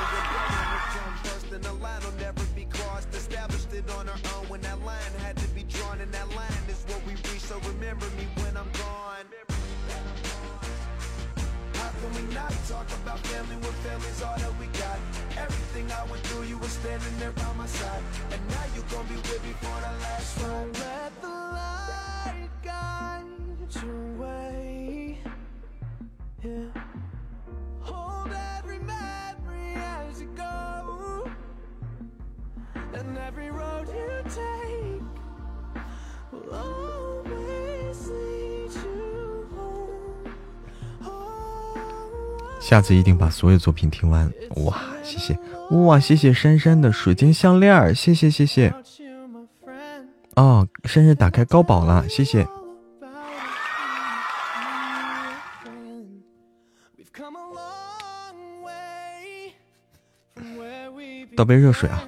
Speaker 1: 下次一定把所有作品听完。哇，谢谢，哇，谢谢珊珊的水晶项链，谢谢谢谢。哦，珊珊打开高保了，谢谢。倒杯热水啊。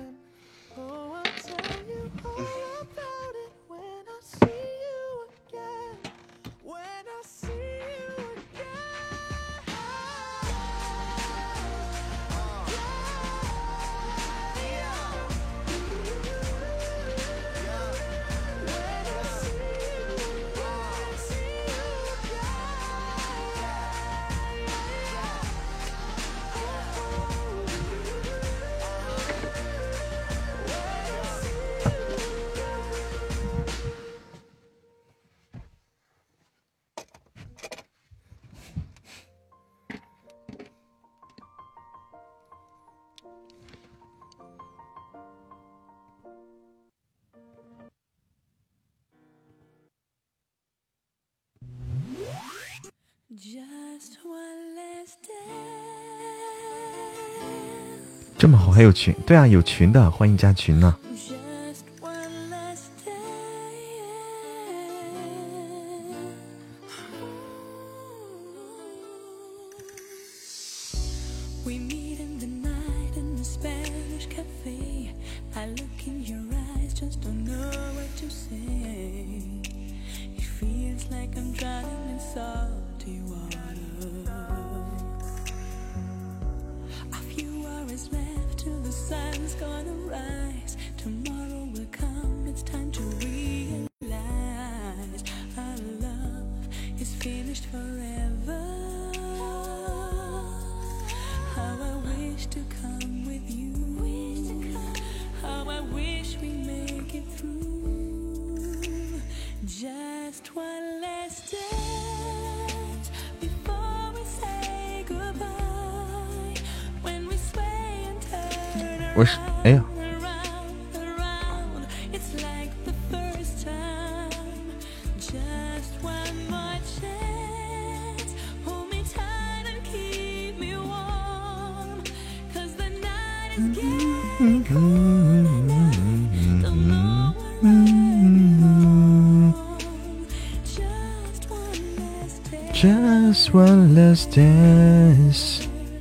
Speaker 1: 这么好还有群？对啊，有群的，欢迎加群呢。我是，哎呀， Just one last dance。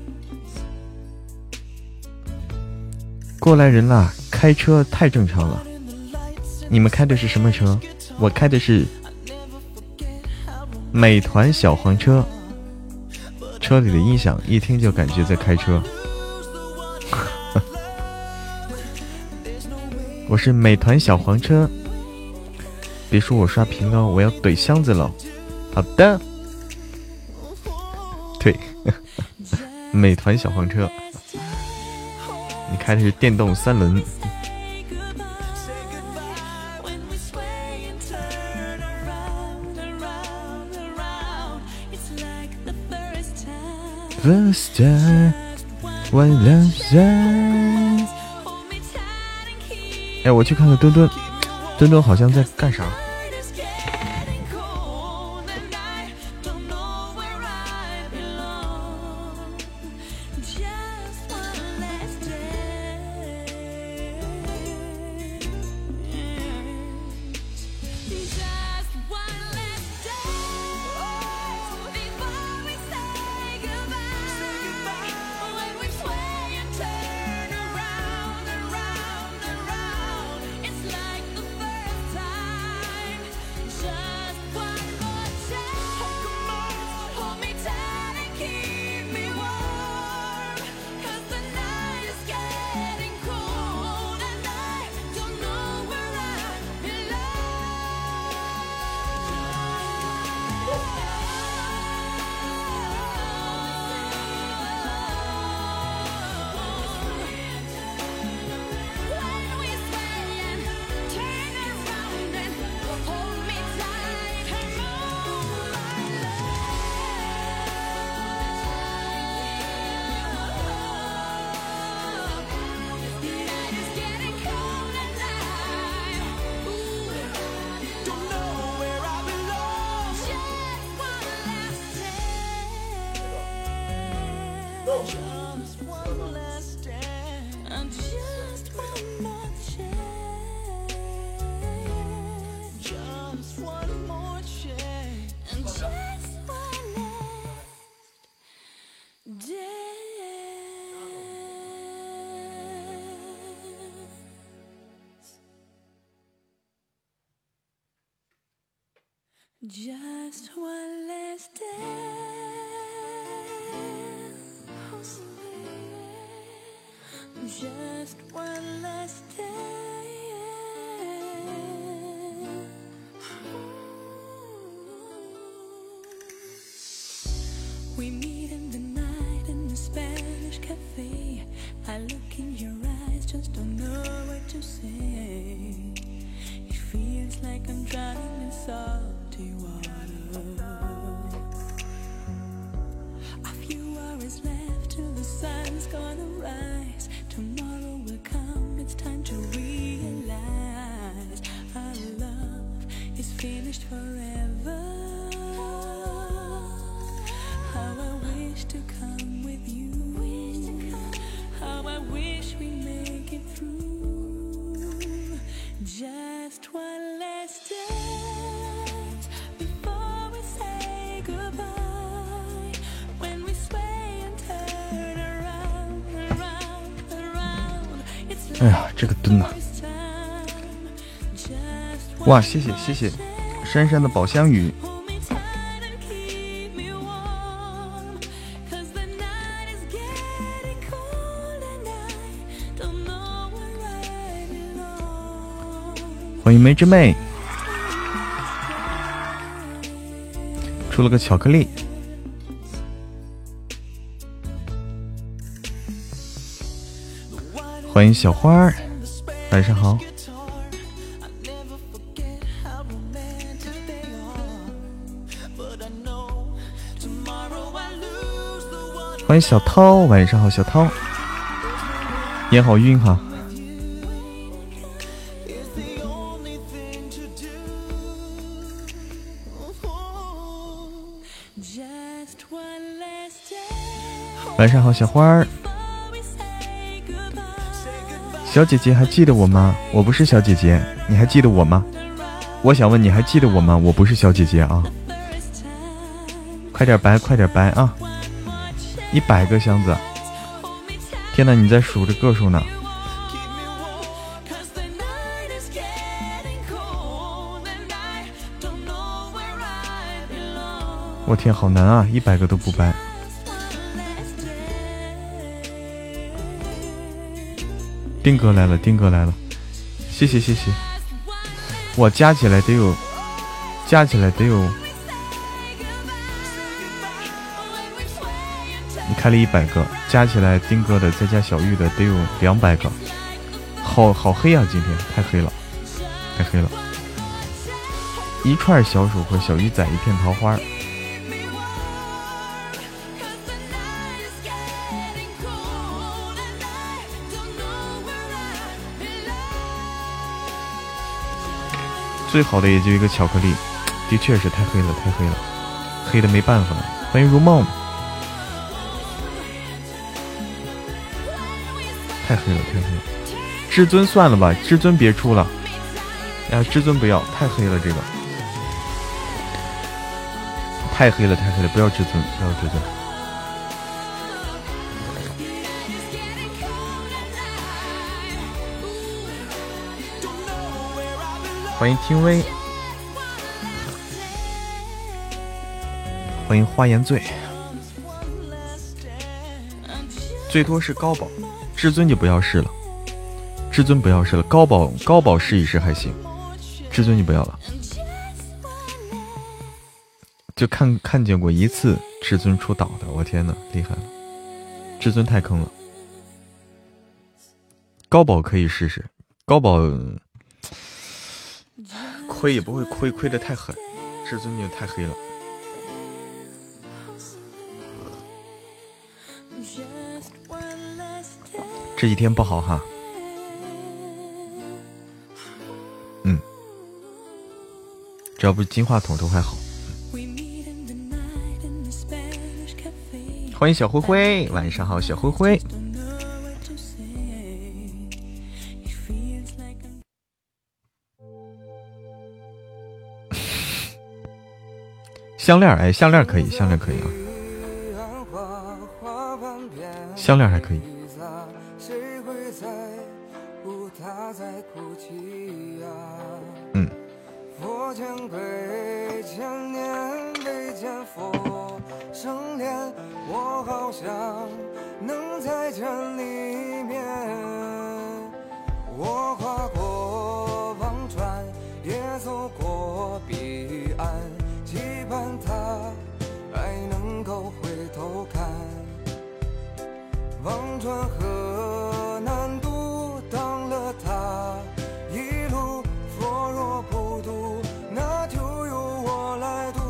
Speaker 1: 过来人啦，开车太正常了。你们开的是什么车？我开的是美团小黄车，车里的音响一听就感觉在开车。我是美团小黄车，别说我刷屏了，我要怼箱子了。好的，对，美团小黄车，你开的是电动3轮。First time, one last time。哎，我去看看墩墩，墩墩好像在干啥？
Speaker 2: Just one last dance. Just one last dance. We meet in the night in the Spanish cafe. I look in your eyes, just don't know what to say. It feels like I'm drowning in salty water. A few hours left till the sun's gonna rise. Tomorrow will come, it's time to realize our love is finished forever. How I wish to come with you. How I wish we make it through. Just one last dance before we say goodbye. When we sway and turn around, around, around. It's like
Speaker 1: 哎呀，这个蹲呐！哇，谢谢谢谢，珊珊的宝香雨。欢迎梅之妹，出了个巧克力。欢迎小花儿，晚上好。欢迎小涛，晚上好，小涛。眼好晕哈。晚上好，小花儿。小姐姐还记得我吗？我不是小姐姐，你还记得我吗？我想问你还记得我吗？我不是小姐姐啊。 快点白，快点白啊！100个箱子，天哪，你在数着个数呢。我天，好难啊！100个都不掰。丁哥来了，丁哥来了，谢谢谢谢。我加起来得有，你开了100个，加起来丁哥的再加小玉的得有200个，好黑啊！今天太黑了，太黑了。一串小鼠和小鱼仔，一片桃花。最好的也就一个巧克力，的确是太黑了，太黑了，黑的没办法。欢迎如梦，太黑了，太黑了。至尊算了吧，至尊别出了，呀，至尊不要，太黑了，这个太黑了，太黑了，不要至尊，不要至尊。欢迎听威，欢迎花颜醉，最多是高宝，至尊就不要试了，至尊不要试了，高宝试一试还行，至尊就不要了。就看见过一次至尊出岛的，我天哪，厉害了，至尊太坑了。高宝可以试试，高宝亏也不会亏得太狠，至尊就太黑了。这几天不好哈，只要不是金话筒都还好。欢迎小灰灰，晚上好，小灰灰。项链，哎，项链可以，项链可以啊，项链还可以。我好像能在这里面，我跨过忘川，也走过彼岸，期盼他还能够回头看。忘川河南渡，当了他一路佛若不渡，那就由我来渡。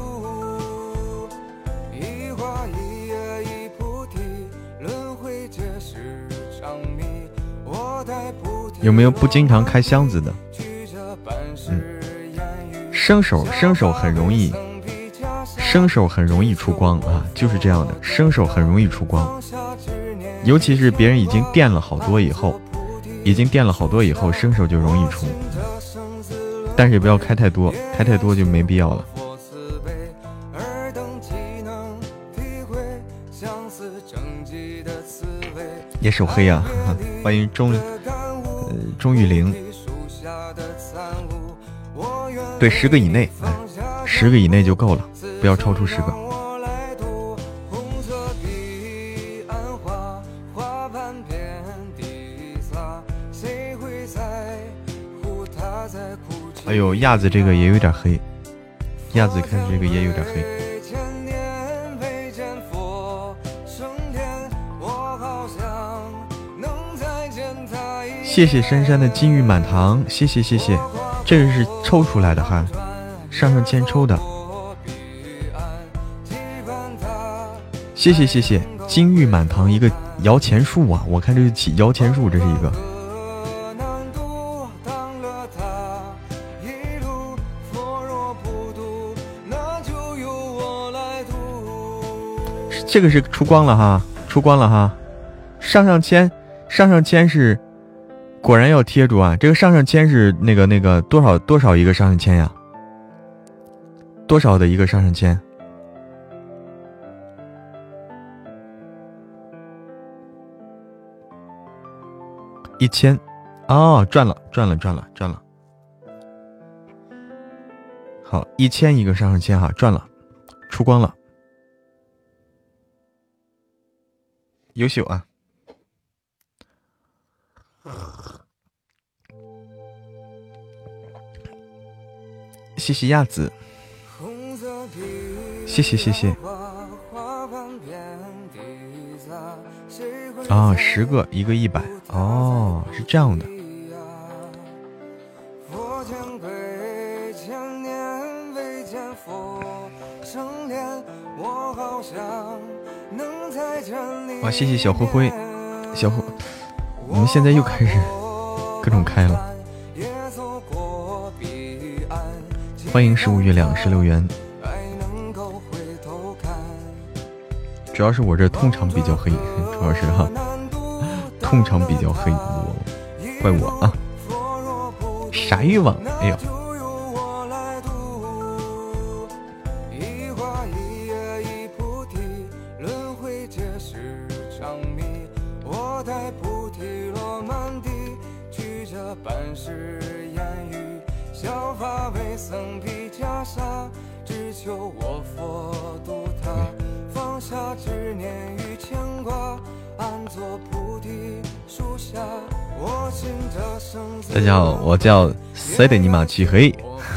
Speaker 1: 一花一叶一菩提，轮回皆是长谜。我带菩提，有没有不经常开箱子的？生手很容易，生手很容易出光啊，就是这样的，生手很容易出光。尤其是别人已经垫了好多以后，生手就容易出。但是也不要开太多，开太多就没必要了。也手黑啊，欢迎钟玉玲。对，10个以内，10个以内就够了，不要超出10个。哎呦，亚子这个也有点黑，亚子开始这个也有点黑。谢谢珊珊的金玉满堂，谢谢，这个是抽出来的哈，上签抽的，谢谢，金玉满堂一个摇钱树啊，我看这是起摇钱树，这是一个。这个是出光了哈，上签是。果然要贴住啊！这个上签是那个多少一个上签呀？多少的一个上签？ 1000，哦，赚了。好，1000一个上签哈，赚了，出光了，优秀啊！谢谢亚子，谢谢。啊，10个，一个100，哦，是这样的。哇，谢谢小灰灰，我们现在又开始各种开了。欢迎15月26元。主要是我这通常比较黑，主要是哈，通常比较黑，怪我啊。啥欲望？哎呦。大家好，我叫塞德尼玛漆黑。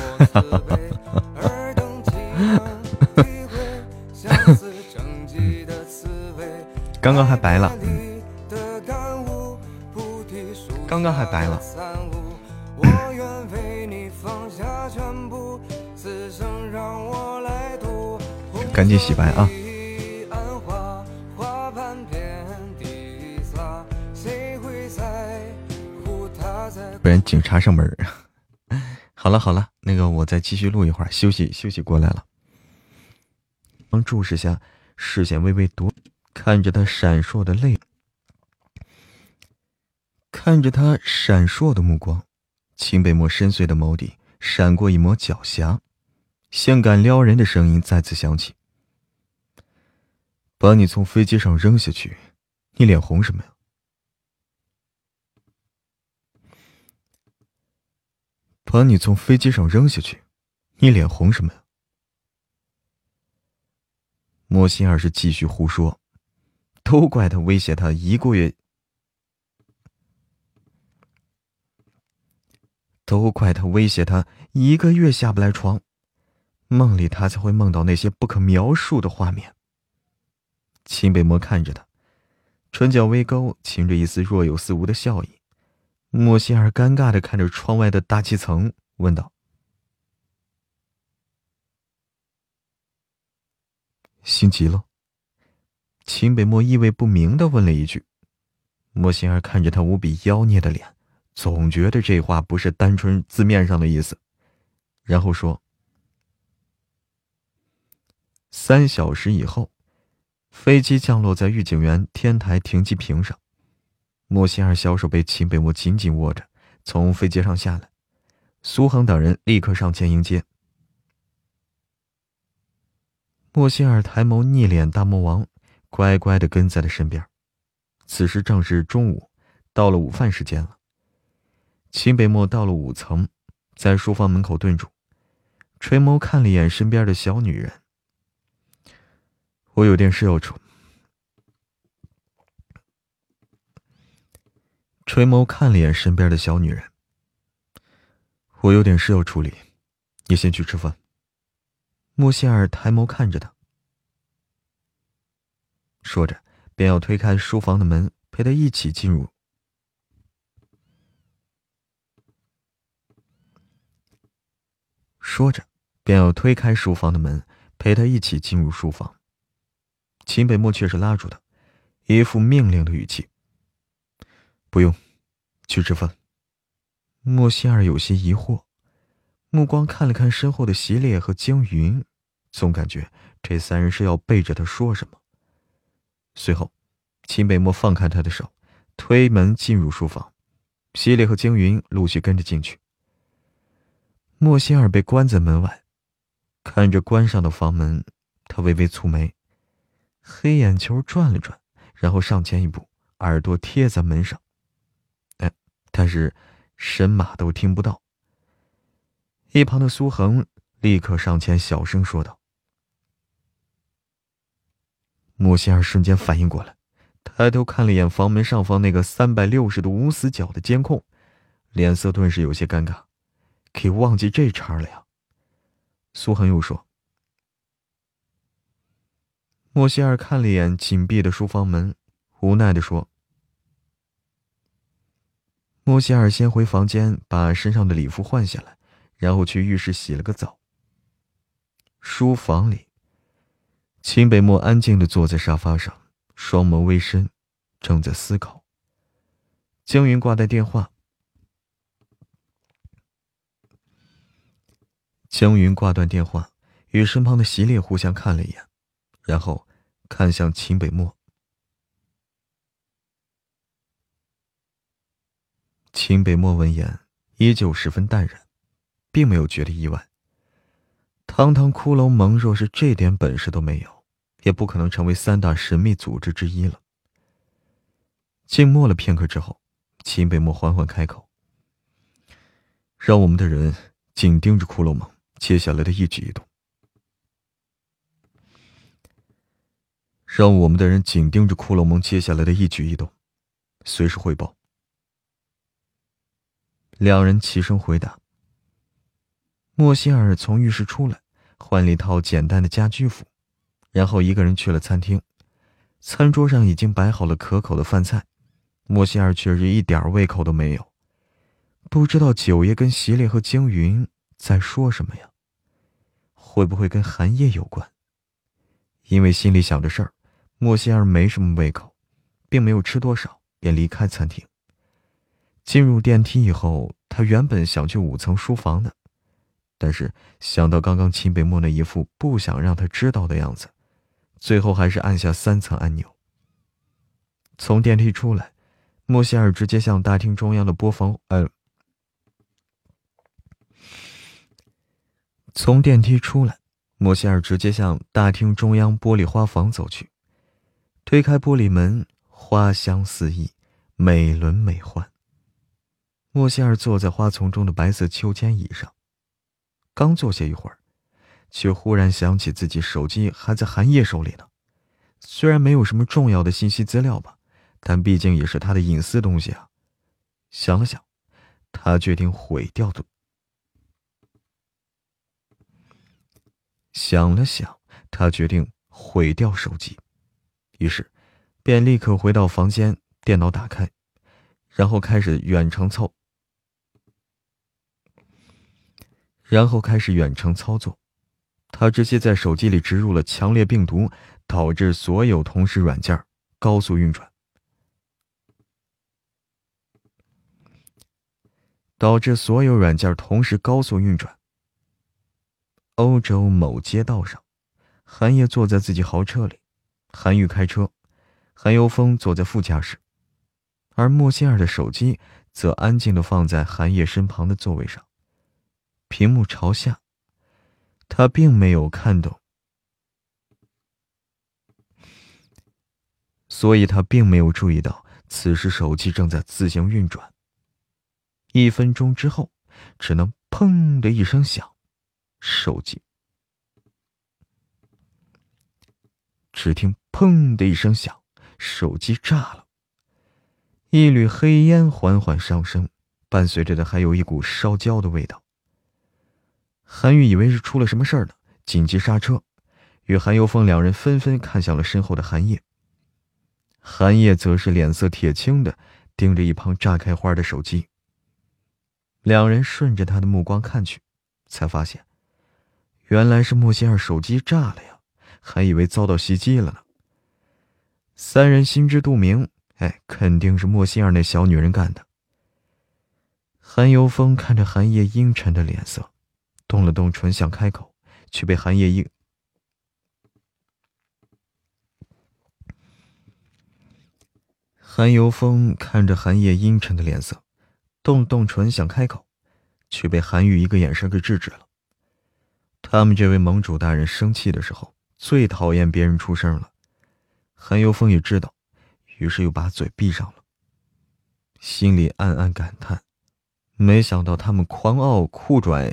Speaker 1: 刚刚还白了，刚刚还白了。赶紧洗白啊！不然警察上门。好了，那个我再继续录一会儿，休息过来了。注视下视线微微多，看着他闪烁的泪，看着他闪烁的目光，秦北漠深邃的眸底闪过一抹狡黠，性感撩人的声音再次响起：把你从飞机上扔下去，你脸红什么呀？把你从飞机上扔下去，你脸红什么呀？莫心儿是继续胡说，都怪他威胁他1个月，下不来床，梦里他才会梦到那些不可描述的画面。秦北漠看着他，唇角微勾，噙着一丝若有似无的笑意。莫心儿尴尬地看着窗外的大气层，问道：心急了？秦北漠意味不明地问了一句。莫心儿看着他无比妖孽的脸，总觉得这话不是单纯字面上的意思，然后说：3小时以后，飞机降落在御景园天台停机坪上。莫心儿小手被秦北漠紧紧握着，从飞机上下来。苏恒等人立刻上前迎接。莫心儿抬眸逆脸大魔王，乖乖地跟在他身边。此时正是中午，到了午饭时间了。秦北漠到了5层，在书房门口顿住，垂眸看了一眼身边的小女人。我有点事要处。垂眸看了眼身边的小女人。我有点事要处理，你先去吃饭。莫心儿抬眸看着他，说着便要推开书房的门，陪他一起进入。书房。秦北漠却是拉住他，一副命令的语气：不用，去吃饭。莫心儿有些疑惑，目光看了看身后的席烈和江云，总感觉这3人是要背着他说什么。随后秦北漠放开他的手，推门进入书房，席烈和江云陆续跟着进去。莫心儿被关在门外，看着关上的房门，他微微蹙眉，黑眼球转了转，然后上前一步，耳朵贴在门上。 但是神马都听不到。一旁的苏恒立刻上前小声说道。莫仙儿瞬间反应过来，抬头看了一眼房门上方那个360度无死角的监控，脸色顿时有些尴尬，给忘记这茬了呀。苏恒又说。莫仙儿看了一眼紧闭的书房门，无奈地说。莫仙儿先回房间把身上的礼服换下来，然后去浴室洗了个澡。书房里，秦北漠安静地坐在沙发上，双眸微深，正在思考。江云挂断电话，与身旁的席烈互相看了一眼，然后看向秦北漠。秦北漠闻言依旧十分淡然，并没有觉得意外。堂堂骷髅盟若是这点本事都没有，也不可能成为3大神秘组织之一了。静默了片刻之后，秦北漠缓缓开口：让我们的人紧盯着骷髅盟接下来的一举一动。随时汇报。两人齐声回答。莫希尔从浴室出来，换了一套简单的家居服，然后一个人去了餐厅。餐桌上已经摆好了可口的饭菜，莫希尔却是一点胃口都没有。不知道九爷跟席烈和惊云在说什么呀？会不会跟寒夜有关？因为心里想着事儿，莫希尔没什么胃口，并没有吃多少，便离开餐厅。进入电梯以后，他原本想去5层书房的，但是想到刚刚秦北漠那一副不想让他知道的样子，最后还是按下3层按钮。从电梯出来，莫希尔直接向大厅中央的玻璃花房走去。推开玻璃门，花香四溢，美轮美奂。莫希尔坐在花丛中的白色秋千椅上，刚坐下一会儿，却忽然想起自己手机还在寒夜手里呢。虽然没有什么重要的信息资料吧，但毕竟也是他的隐私东西啊。想了想，他决定毁掉手机，于是便立刻回到房间，电脑打开，然后开始远程操作。他直接在手机里植入了强烈病毒，导致所有同时软件高速运转。欧洲某街道上，寒夜坐在自己豪车里，韩愈开车，韩游峰坐在副驾驶，而莫希尔的手机则安静地放在寒夜身旁的座位上，屏幕朝下。他并没有看懂，所以他并没有注意到此时手机正在自行运转。1分钟之后，只能砰的一声响，只听砰的一声响，手机炸了。一缕黑烟缓缓上升，伴随着的还有一股烧焦的味道。韩愈以为是出了什么事儿呢，紧急刹车，与韩游峰两人纷纷看向了身后的韩烨。韩烨则是脸色铁青的盯着一旁炸开花的手机。两人顺着他的目光看去，才发现原来是莫希尔手机炸了呀，还以为遭到袭击了呢。3人心知肚明，肯定是莫希尔那小女人干的。韩游峰看着韩烨阴沉的脸色，动了动唇想开口，却被韩烨韩游峰看着韩烨阴沉的脸色，动了动唇想开口，却被韩愈一个眼神给制止了。他们这位盟主大人生气的时候，最讨厌别人出声了。韩游峰也知道，于是又把嘴闭上了。 心里暗暗感叹，没想到他们狂傲酷拽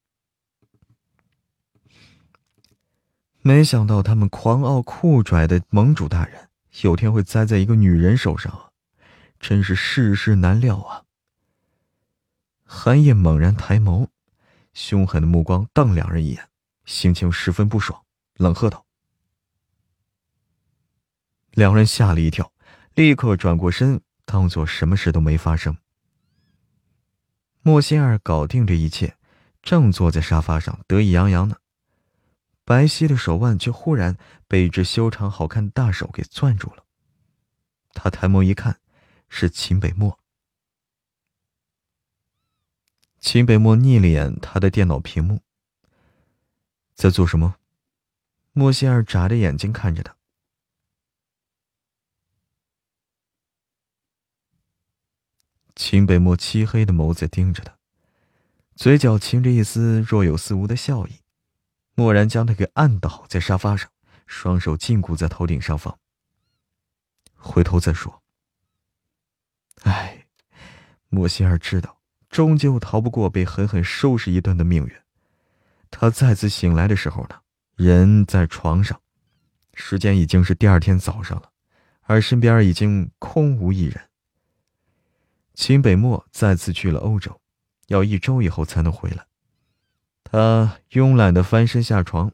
Speaker 1: 的盟主大人，有天会栽在一个女人手上啊！真是世事难料啊！寒夜猛然抬眸，凶狠的目光瞪两人一眼，心情十分不爽，冷喝道。两人吓了一跳，立刻转过身，当作什么事都没发生。莫仙儿搞定这一切，正坐在沙发上得意洋洋呢，白皙的手腕却忽然被一只修长好看的大手给攥住了。他抬眸一看，是秦北漠。秦北漠睨了眼他的电脑屏幕，在做什么？莫仙儿眨着眼睛看着他。秦北漠漆黑的眸子盯着他，嘴角噙着一丝若有似无的笑意，蓦然将他给按倒在沙发上，双手禁锢在头顶上方。回头再说。唉，莫仙儿知道终究逃不过被狠狠收拾一顿的命运。他再次醒来的时候呢，人在床上，时间已经是第二天早上了，而身边已经空无一人。秦北漠再次去了欧洲，要1周以后才能回来。他慵懒地翻身下床。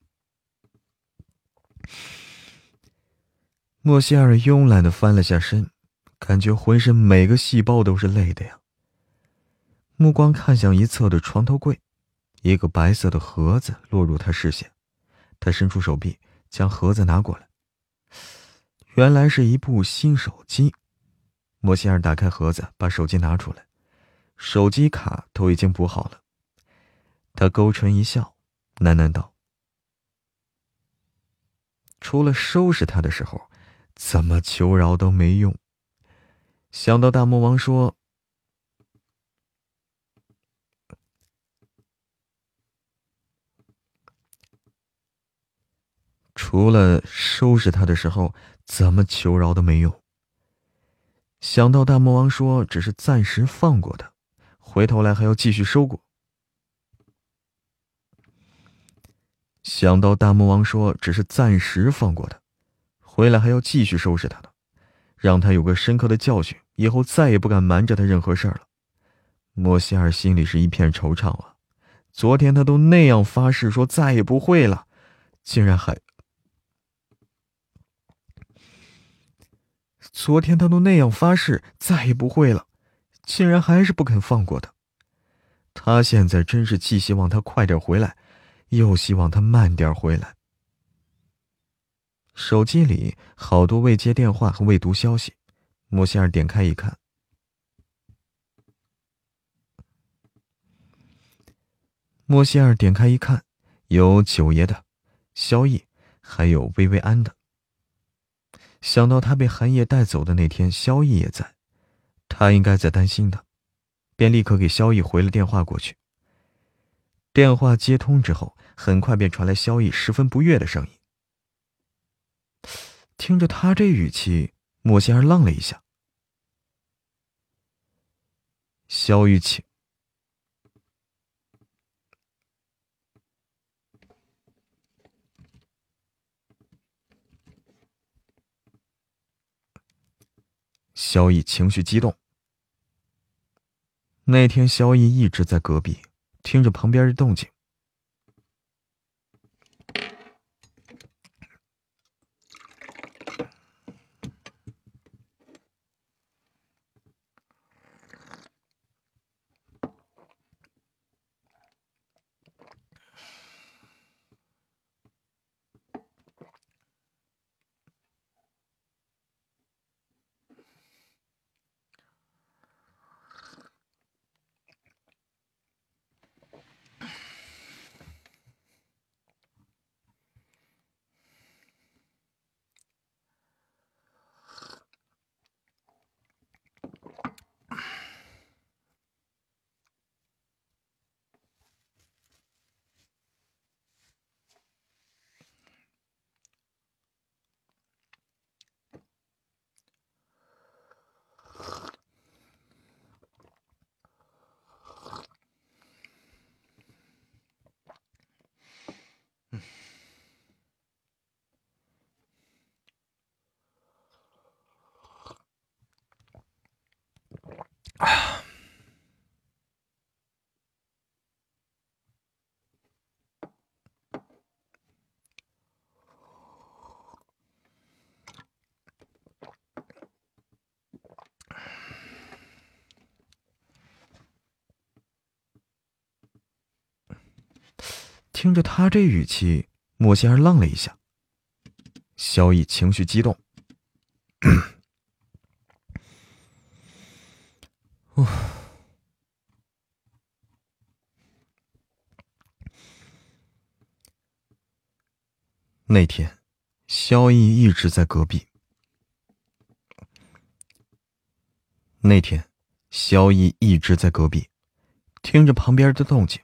Speaker 1: 莫西尔慵懒地翻了下身，感觉浑身每个细胞都是累的呀。目光看向一侧的床头柜，一个白色的盒子落入他视线。他伸出手臂将盒子拿过来，原来是一部新手机。莫西尔打开盒子，把手机拿出来，手机卡都已经补好了。他勾唇一笑，喃喃道：除了收拾他的时候，怎么求饶都没用。想到大魔王说除了收拾他的时候，怎么求饶都没用。想到大魔王说只是暂时放过他，回头来还要继续收过。想到大魔王说只是暂时放过他，回来还要继续收拾他的，让他有个深刻的教训，以后再也不敢瞒着他任何事儿了。莫西尔心里是一片惆怅啊！昨天他都那样发誓说再也不会了，竟然还……昨天他都那样发誓再也不会了，竟然还是不肯放过他。他现在真是既希望他快点回来，又希望他慢点回来。手机里好多未接电话和未读消息，莫西尔点开一看，有九爷的、萧逸，还有薇薇安的。想到他被寒夜带走的那天，萧逸也在，他应该在担心的，便立刻给萧逸回了电话过去。电话接通之后，很快便传来萧逸十分不悦的声音。听着他这语气，莫仙儿愣了一下。萧逸请萧逸情绪激动。那天萧逸一直在隔壁，听着旁边的动静。 听着他这语气，莫仙儿愣了一下。萧逸情绪激动。那天，萧逸一直在隔壁。听着旁边的动静。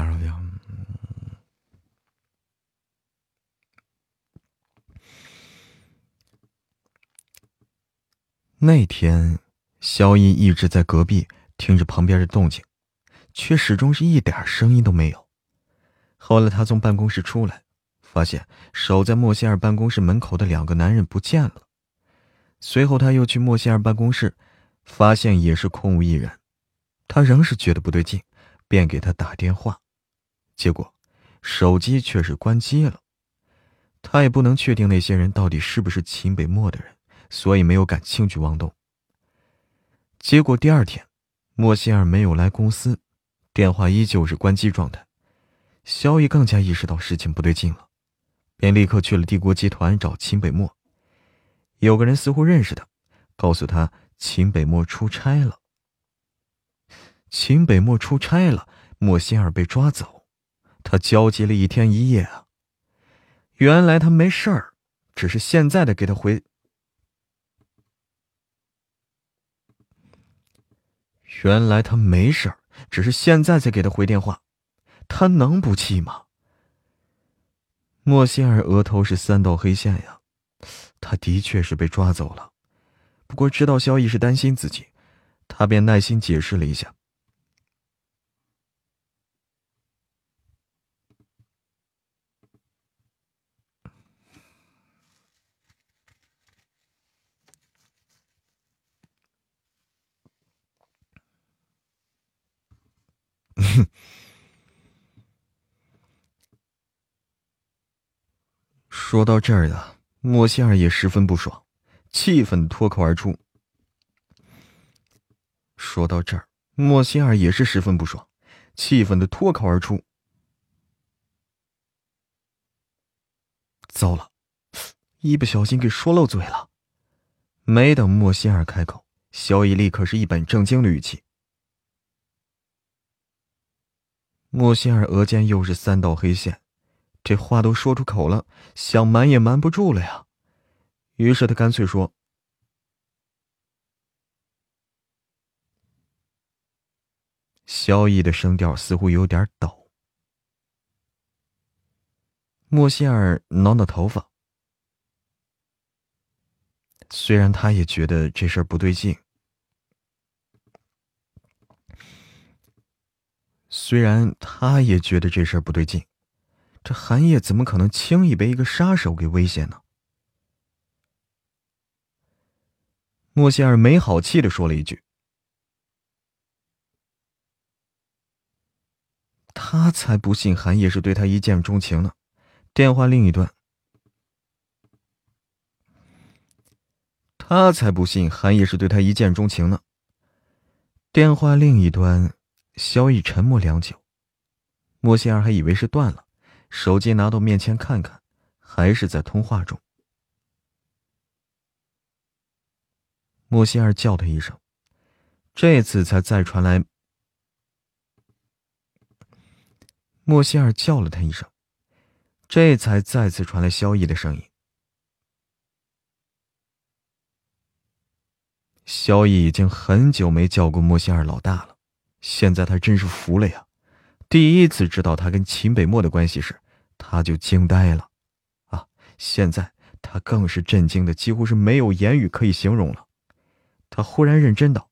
Speaker 1: 那天，萧逸一直在隔壁听着旁边的动静，却始终是一点声音都没有。后来他从办公室出来，发现守在莫仙儿办公室门口的2个男人不见了。随后他又去莫仙儿办公室，发现也是空无一人。他仍是觉得不对劲，便给他打电话，结果手机却是关机了。他也不能确定那些人到底是不是秦北漠的人，所以没有敢轻举妄动。结果第2天，莫仙儿没有来公司，电话依旧是关机状态。萧逸更加意识到事情不对劲了，便立刻去了帝国集团找秦北漠。有个人似乎认识他，告诉他秦北漠出差了。莫仙儿被抓走，他焦急了1天1夜啊。原来他没事儿，只是现在的给他回。原来他没事儿，只是现在才给他回电话，他能不气吗？莫仙儿额头是3道黑线呀，他的确是被抓走了。不过知道萧逸是担心自己，他便耐心解释了一下。说到这儿呀，莫仙儿也十分不爽，气愤地脱口而出。糟了，一不小心给说漏嘴了。没等莫仙儿开口，萧逸立刻是一本正经的语气。莫仙儿额间又是3道黑线，这话都说出口了，想瞒也瞒不住了呀。于是他干脆说：萧逸的声调似乎有点抖。莫仙儿挠挠头发，虽然他也觉得这事儿不对劲，这韩烨怎么可能轻易被一个杀手给威胁呢？莫仙儿没好气地说了一句：他才不信韩烨是对他一见钟情呢。电话另一端，萧逸沉默良久。莫仙儿还以为是断了，手机拿到面前看看，还是在通话中。莫仙儿叫他一声，这次才再传来。莫仙儿叫了他一声，这才再次传来萧逸的声音。萧逸已经很久没叫过莫仙儿老大了，现在他真是服了呀。第一次知道他跟秦北漠的关系时，他就惊呆了啊！现在他更是震惊的几乎是没有言语可以形容了。他忽然认真道：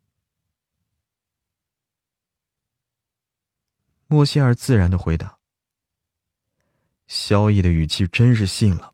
Speaker 1: 莫仙儿自然的回答。萧逸的语气真是信了。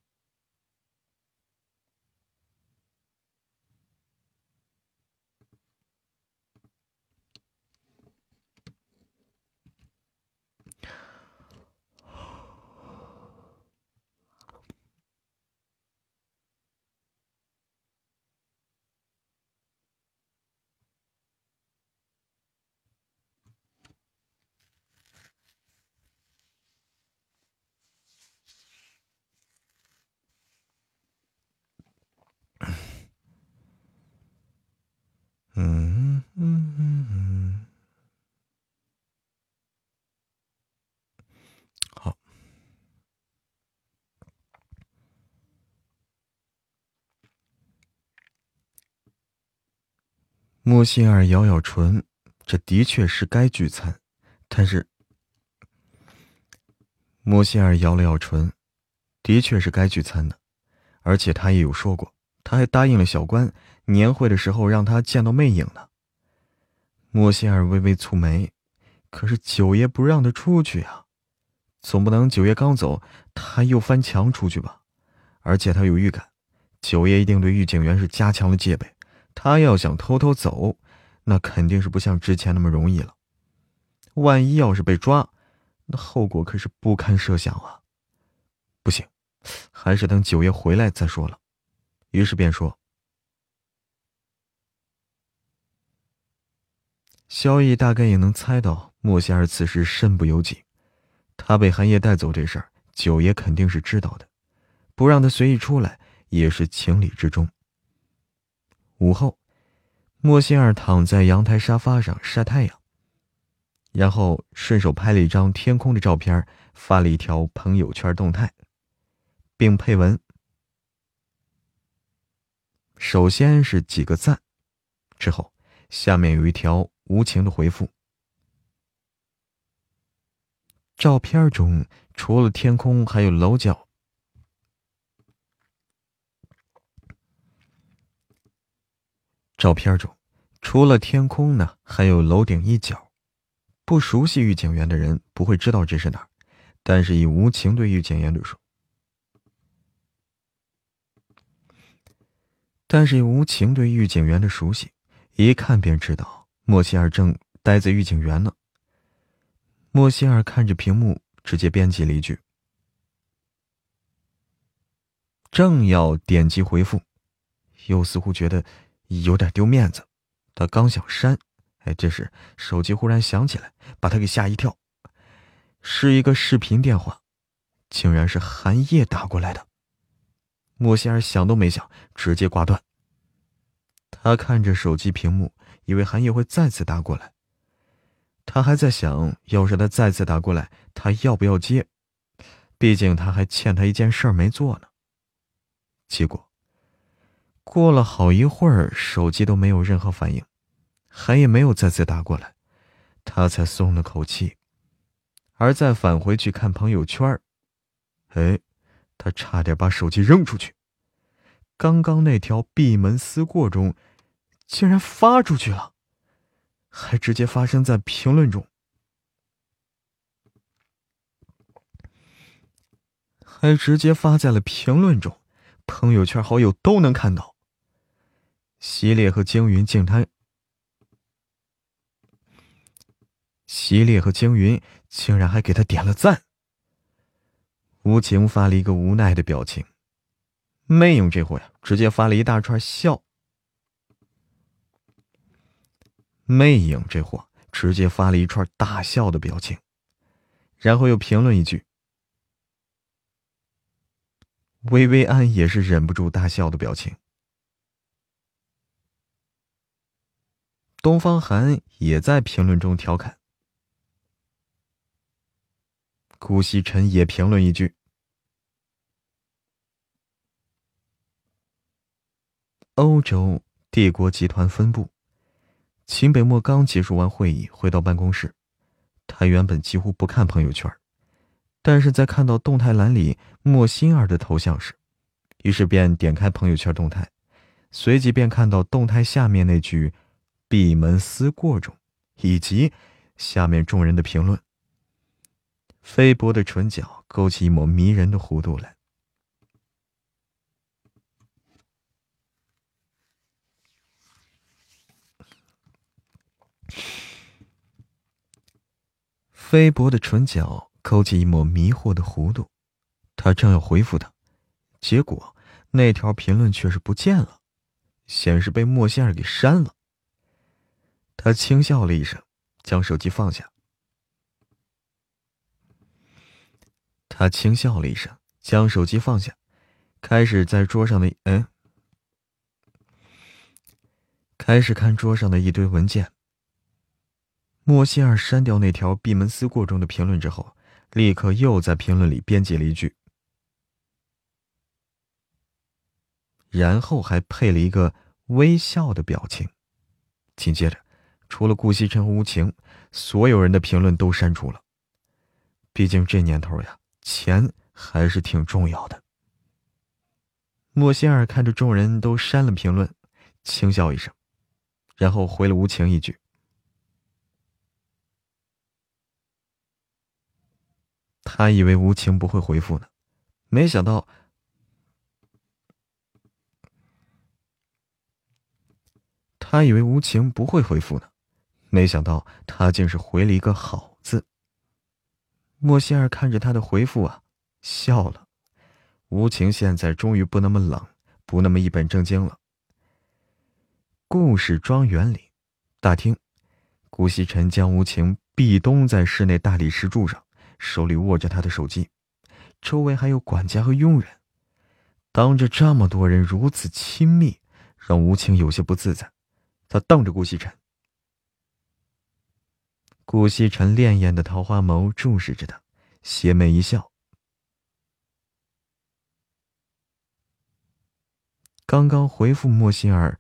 Speaker 1: 莫心儿咬咬唇，这的确是该聚餐，但是莫心儿咬了咬唇，的确是该聚餐的，而且他也有说过，他还答应了小关，年会的时候让他见到魅影呢。莫心儿微微蹙眉，可是九爷不让他出去啊，总不能九爷刚走，他又翻墙出去吧？而且他有预感，九爷一定对玉警员是加强了戒备，他要想偷偷走，那肯定是不像之前那么容易了。万一要是被抓，那后果可是不堪设想啊！不行，还是等九爷回来再说了。于是便说：“萧逸大概也能猜到莫仙儿此时身不由己，他被寒夜带走这事儿，九爷肯定是知道的，不让他随意出来也是情理之中。”午后，莫仙儿躺在阳台沙发上晒太阳，然后顺手拍了一张天空的照片，发了一条朋友圈动态，并配文。首先是几个赞，之后下面有一条无情的回复。照片中除了天空还有楼角。照片中除了天空呢，还有楼顶一角。不熟悉狱警员的人不会知道这是哪儿，但是以无情对狱警员的熟悉，一看便知道莫西尔正待在狱警员呢。莫西尔看着屏幕，直接编辑了一句，正要点击回复，又似乎觉得有点丢面子，他刚想删，这时手机忽然响起来，把他给吓一跳，是一个视频电话，竟然是寒夜打过来的。莫西尔想都没想，直接挂断。他看着手机屏幕，以为寒夜会再次打过来。他还在想，要是他再次打过来，他要不要接？毕竟他还欠他一件事没做呢。结果过了好一会儿，手机都没有任何反应，寒夜没有再次打过来，他才松了口气。而再返回去看朋友圈，他差点把手机扔出去。刚刚那条闭门思过中竟然发出去了，还直接发生在评论中，发在了评论中，朋友圈好友都能看到。席烈和惊云竟然还给他点了赞。无情发了一个无奈的表情，魅影这货呀，直接发了一大串笑。大笑的表情，然后又评论一句。薇薇安也是忍不住大笑的表情。东方寒也在评论中调侃。顾惜辰也评论一句。欧洲帝国集团分部，秦北漠刚结束完会议，回到办公室。他原本几乎不看朋友圈，但是在看到动态栏里莫心儿的头像时，于是便点开朋友圈动态，随即便看到动态下面那句闭门思过中，以及下面众人的评论。菲薄的唇角勾起一抹迷人的弧度来。菲薄的唇角勾起一抹迷惑的弧度，他正要回复他，结果那条评论却是不见了，显示被莫仙儿给删了。他轻笑了一声，将手机放下。开始看桌上的一堆文件。莫仙儿删掉那条闭门思过中的评论之后，立刻又在评论里编辑了一句，然后还配了一个微笑的表情， 紧接着，除了顾惜辰和吴情，所有人的评论都删除了。毕竟这年头呀，钱还是挺重要的。莫仙儿看着众人都删了评论，轻笑一声，然后回了吴情一句：“他以为吴情不会回复呢，没想到他竟是回了一个好字。”莫仙儿看着他的回复啊，笑了。吴情现在终于不那么冷，不那么一本正经了。顾氏庄园里，大厅，顾惜辰将吴情壁咚在室内大理石柱上，手里握着他的手机，周围还有管家和佣人。当着这么多人如此亲密，让吴情有些不自在。他瞪着顾惜辰，顾惜辰潋滟的桃花眸注视着他，邪魅一笑。刚刚回复莫仙儿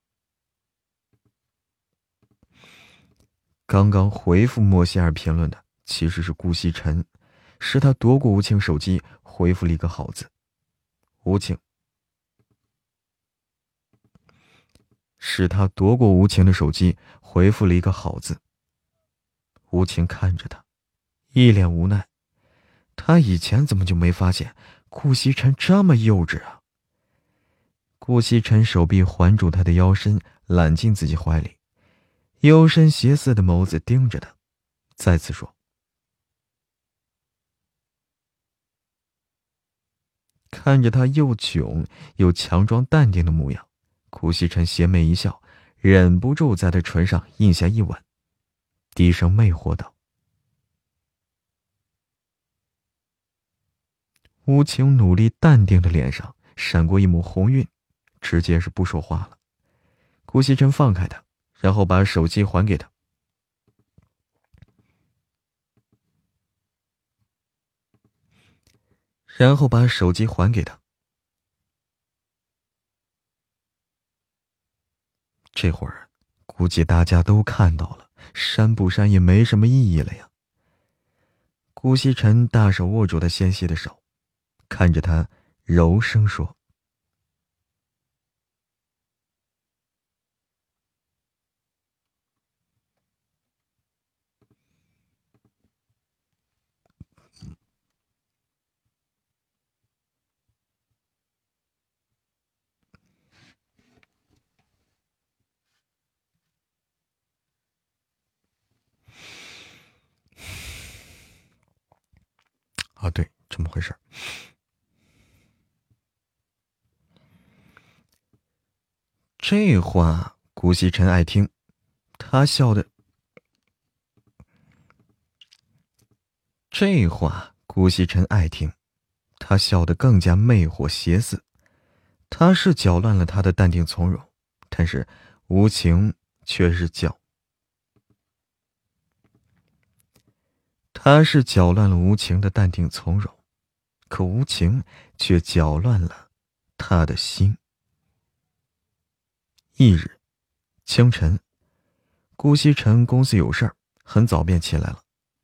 Speaker 1: 评论的其实是顾惜辰，是他夺过吴情手机，回复了一个好字。吴情看着他，一脸无奈。他以前怎么就没发现顾惜辰这么幼稚啊？顾惜辰手臂环住他的腰身，揽进自己怀里，幽深邪色的眸子盯着他，再次说：“看着他又囧又强装淡定的模样，顾惜辰邪魅一笑，忍不住在他唇上印下一吻，低声魅惑道。”吴情努力淡定的脸上闪过一抹红晕，直接是不说话了。顾惜辰放开他，然后把手机还给他。这会儿估计大家都看到了，删不删也没什么意义了呀。顾惜辰大手握住他纤细的手，看着他柔声说：“啊，对，这么回事。这话顾惜辰爱听，他笑得更加魅惑邪肆。他是搅乱了他的淡定从容，但是无情却是搅乱了无情的淡定从容，可无情却搅乱了他的心。翌日清晨，顾惜辰公司有事儿，很早便起来了。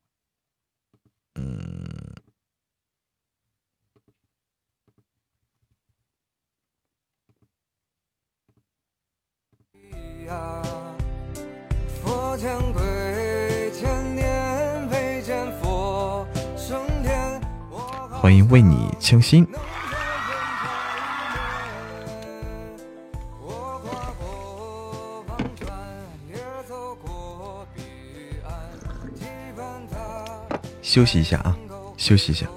Speaker 3: 佛前归千年，未见佛升天。
Speaker 1: 欢迎为你清心。休息一下啊，休息一下。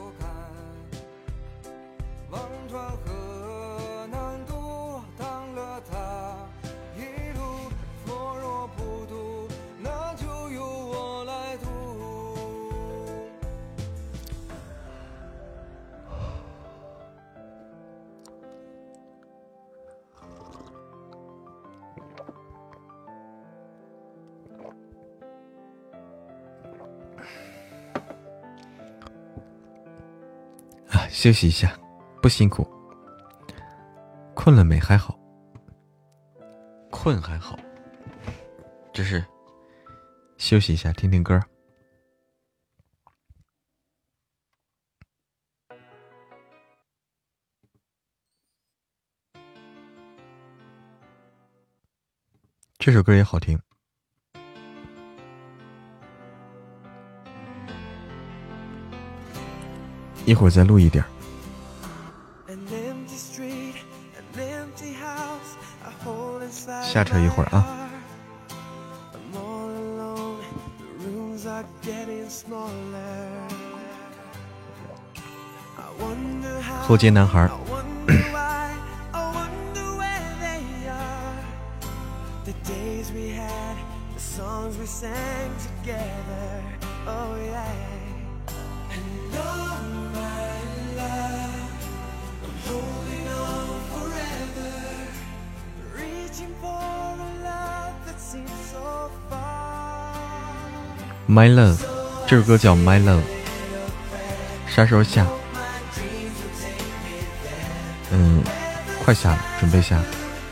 Speaker 1: 休息一下，不辛苦。困了没？还好。困还好。 只是休息一下，听听歌。这首歌也好听。一会儿再录一点。下车一会儿啊。后街男孩。My Love， 这首歌叫 My Love， 啥时候下？快下了，准备下了。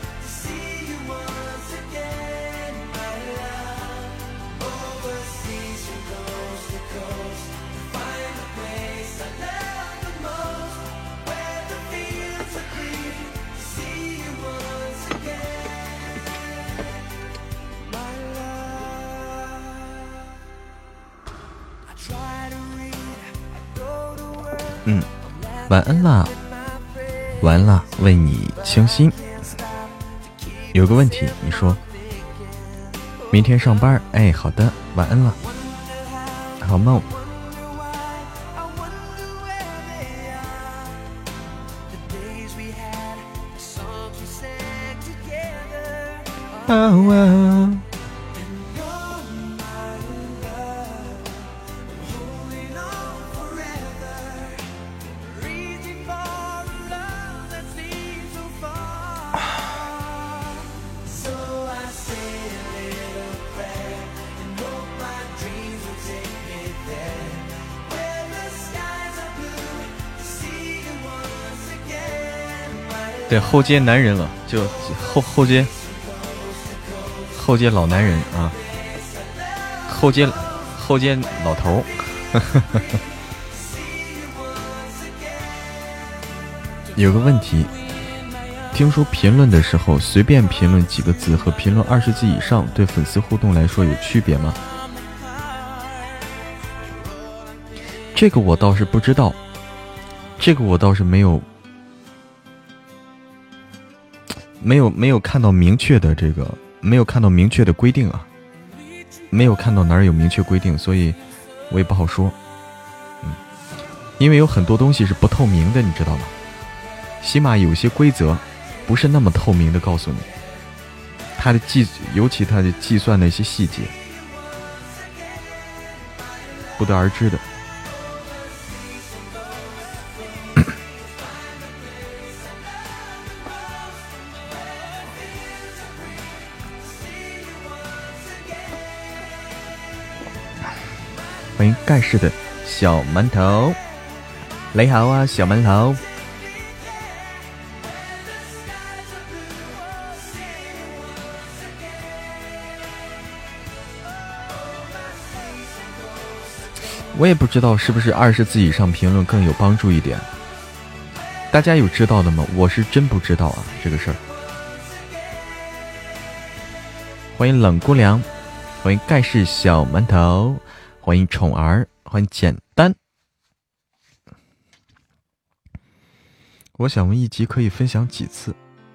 Speaker 1: 晚安啦，完了，为你倾心。有个问题，你说明天上班？哎，好的，晚安了，好梦。对，后街男人了，就后街老男人啊，后街老头。有个问题，听说评论的时候随便评论几个字和评论20字以上对粉丝互动来说有区别吗？这个我倒是不知道，这个我倒是没有看到明确的这个，没有看到明确的规定啊，没有看到哪儿有明确规定，所以我也不好说。因为有很多东西是不透明的，你知道吗？起码有些规则不是那么透明的告诉你，尤其它的计算的一些细节，不得而知的。欢迎盖世的小馒头，你好啊，小馒头。我也不知道是不是20字以上评论更有帮助一点，大家有知道的吗？我是真不知道啊，这个事儿。欢迎冷姑娘，欢迎盖世小馒头，欢迎宠儿，欢迎简单。我想问，一集可以分享几次？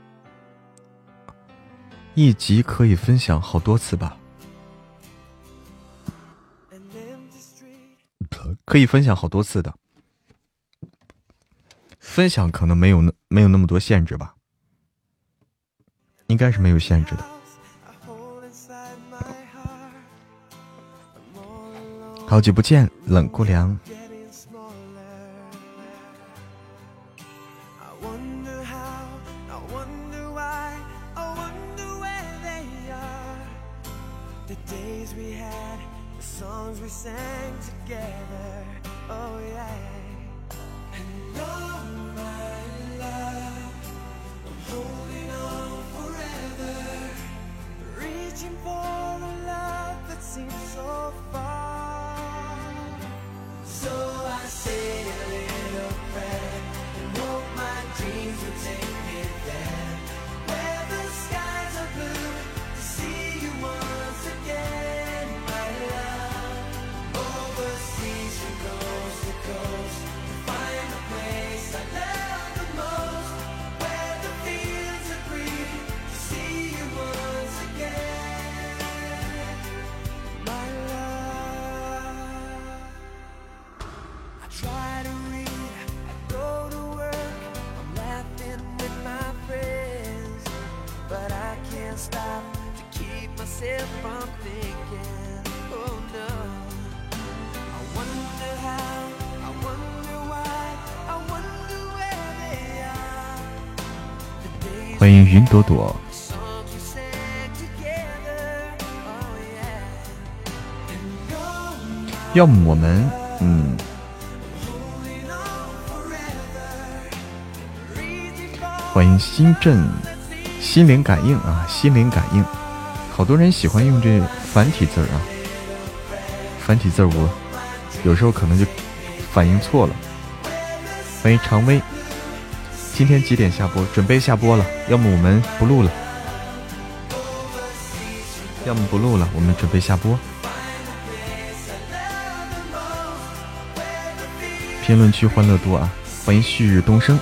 Speaker 1: 一集可以分享好多次吧？可以分享好多次的，分享可能没有那么多限制吧，应该是没有限制的。好久不见，冷姑娘。 欢迎云朵朵。要么我们欢迎新镇心灵感应啊，心灵感应，好多人喜欢用这繁体字啊，繁体字我有时候可能就反应错了。欢迎常威，今天几点下播？准备下播了，要么我们不录了，我们准备下播。评论区欢乐多啊！欢迎旭日东升，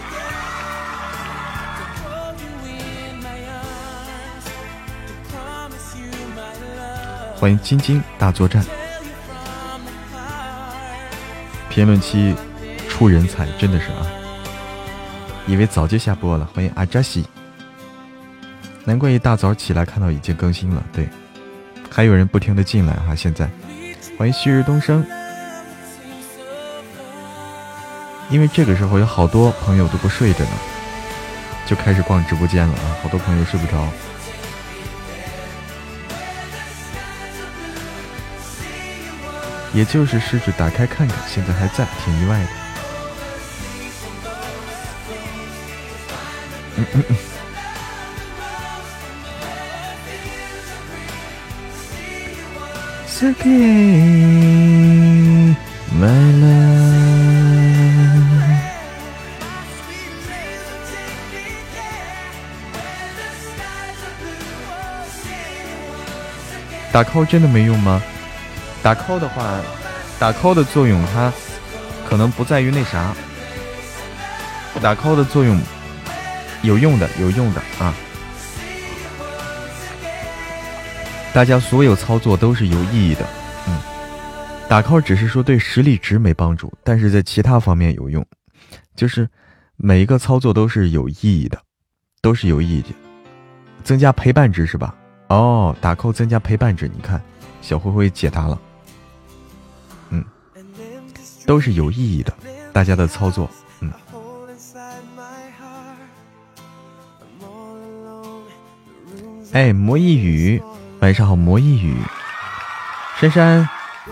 Speaker 1: 欢迎晶晶大作战。评论区出人才，真的是啊！以为早就下播了。欢迎阿扎西，难怪一大早起来看到已经更新了。对，还有人不停的进来哈。现在欢迎旭日东升。因为这个时候有好多朋友都不睡着呢，就开始逛直播间了啊！好多朋友睡不着。也就是试着打开看看，现在还在，挺意外的。Again, my love。打 call 真的没用吗？打 call 的话，打 call 的作用它可能不在于那啥，打 call 的作用有用的啊！大家所有操作都是有意义的，打 call 只是说对实力值没帮助，但是在其他方面有用，就是每一个操作都是有意义的，增加陪伴值是吧？哦，打 call 增加陪伴值，你看小灰灰解答了，都是有意义的，大家的操作，哎，魔一语，晚上好，魔一语，珊珊，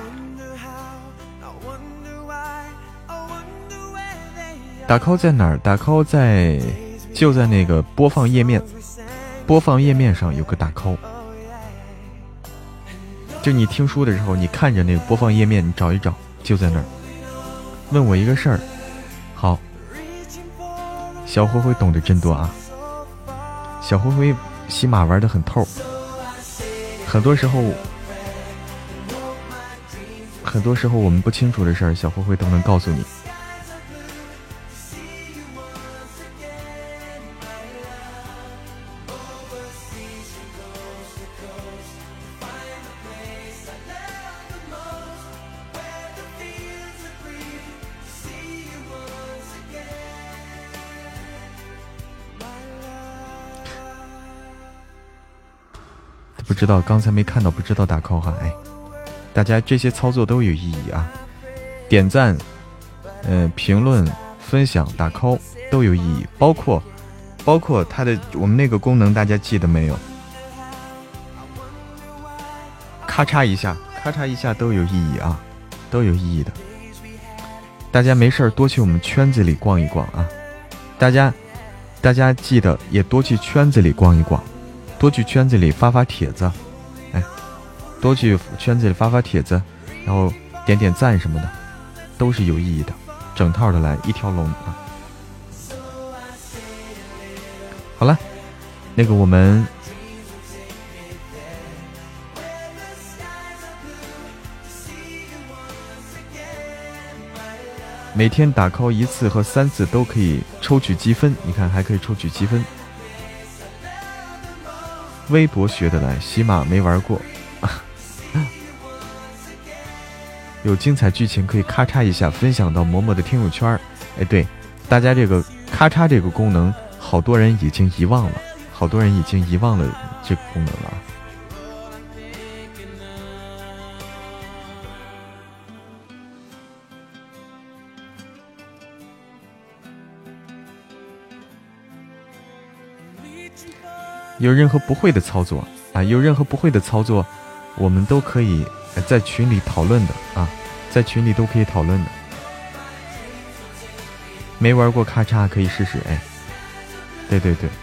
Speaker 1: 打 call 在哪儿？打 call 就在那个播放页面，播放页面上有个打 call， 就你听书的时候，你看着那个播放页面，你找一找，就在那儿。问我一个事儿，好，小灰灰懂得真多啊，小灰灰喜马玩得很透，很多时候我们不清楚的事儿，小灰灰都能告诉你。不知道，刚才没看到，不知道打 call 哈，哎，大家这些操作都有意义啊，点赞、评论、分享、打 call 都有意义，包括它的我们那个功能，大家记得没有？咔嚓一下都有意义啊，都有意义的。大家没事多去我们圈子里逛一逛啊，大家记得也多去圈子里逛一逛。多去圈子里发发帖子，哎，多去圈子里发发帖子，然后点点赞什么的，都是有意义的，整套的来一条龙啊。好了，那个我们每天打 call 1次和3次都可以抽取积分，你看还可以抽取积分。微博学的来，喜马没玩过。有精彩剧情可以咔嚓一下分享到嬷嬷的听友圈。哎，对，大家这个咔嚓这个功能，好多人已经遗忘了这个功能了。 有任何不会的操作啊，有任何不会的操作，我们都可以在群里讨论的啊，在群里都可以讨论的。没玩过咔嚓可以试试，哎，对对对，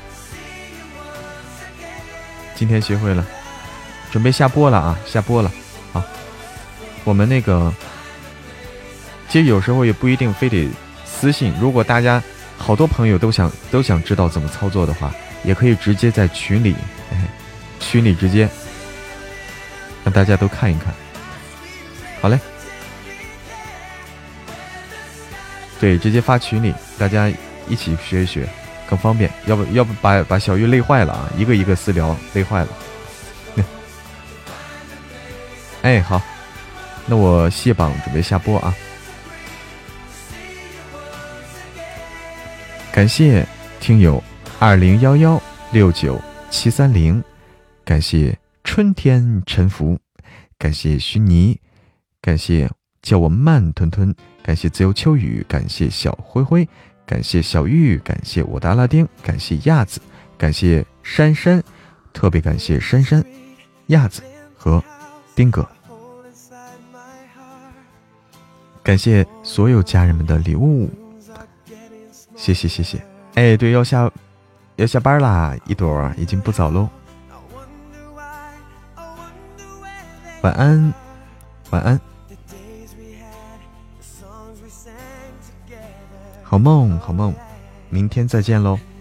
Speaker 1: 今天学会了，准备下播了啊，下播了。好，我们那个其实有时候也不一定非得私信，如果大家好多朋友都想知道怎么操作的话，也可以直接在群里，群里直接让大家都看一看。好嘞，对，直接发群里，大家一起学一学，更方便。要不把小玉累坏了啊，一个一个私聊累坏了。哎，好，那我卸榜准备下播啊。感谢听友2011699730，感谢春天沉浮，感谢虚泥，感谢叫我慢吞吞，感谢自由秋雨，感谢小灰灰，感谢小玉，感谢我的阿拉丁，感谢亚子，感谢珊珊，特别感谢珊珊、亚子和丁哥，感谢所有家人们的礼物，谢谢谢谢。哎，对，要下班啦，一朵已经不早喽。晚安，晚安，好梦好梦，明天再见喽。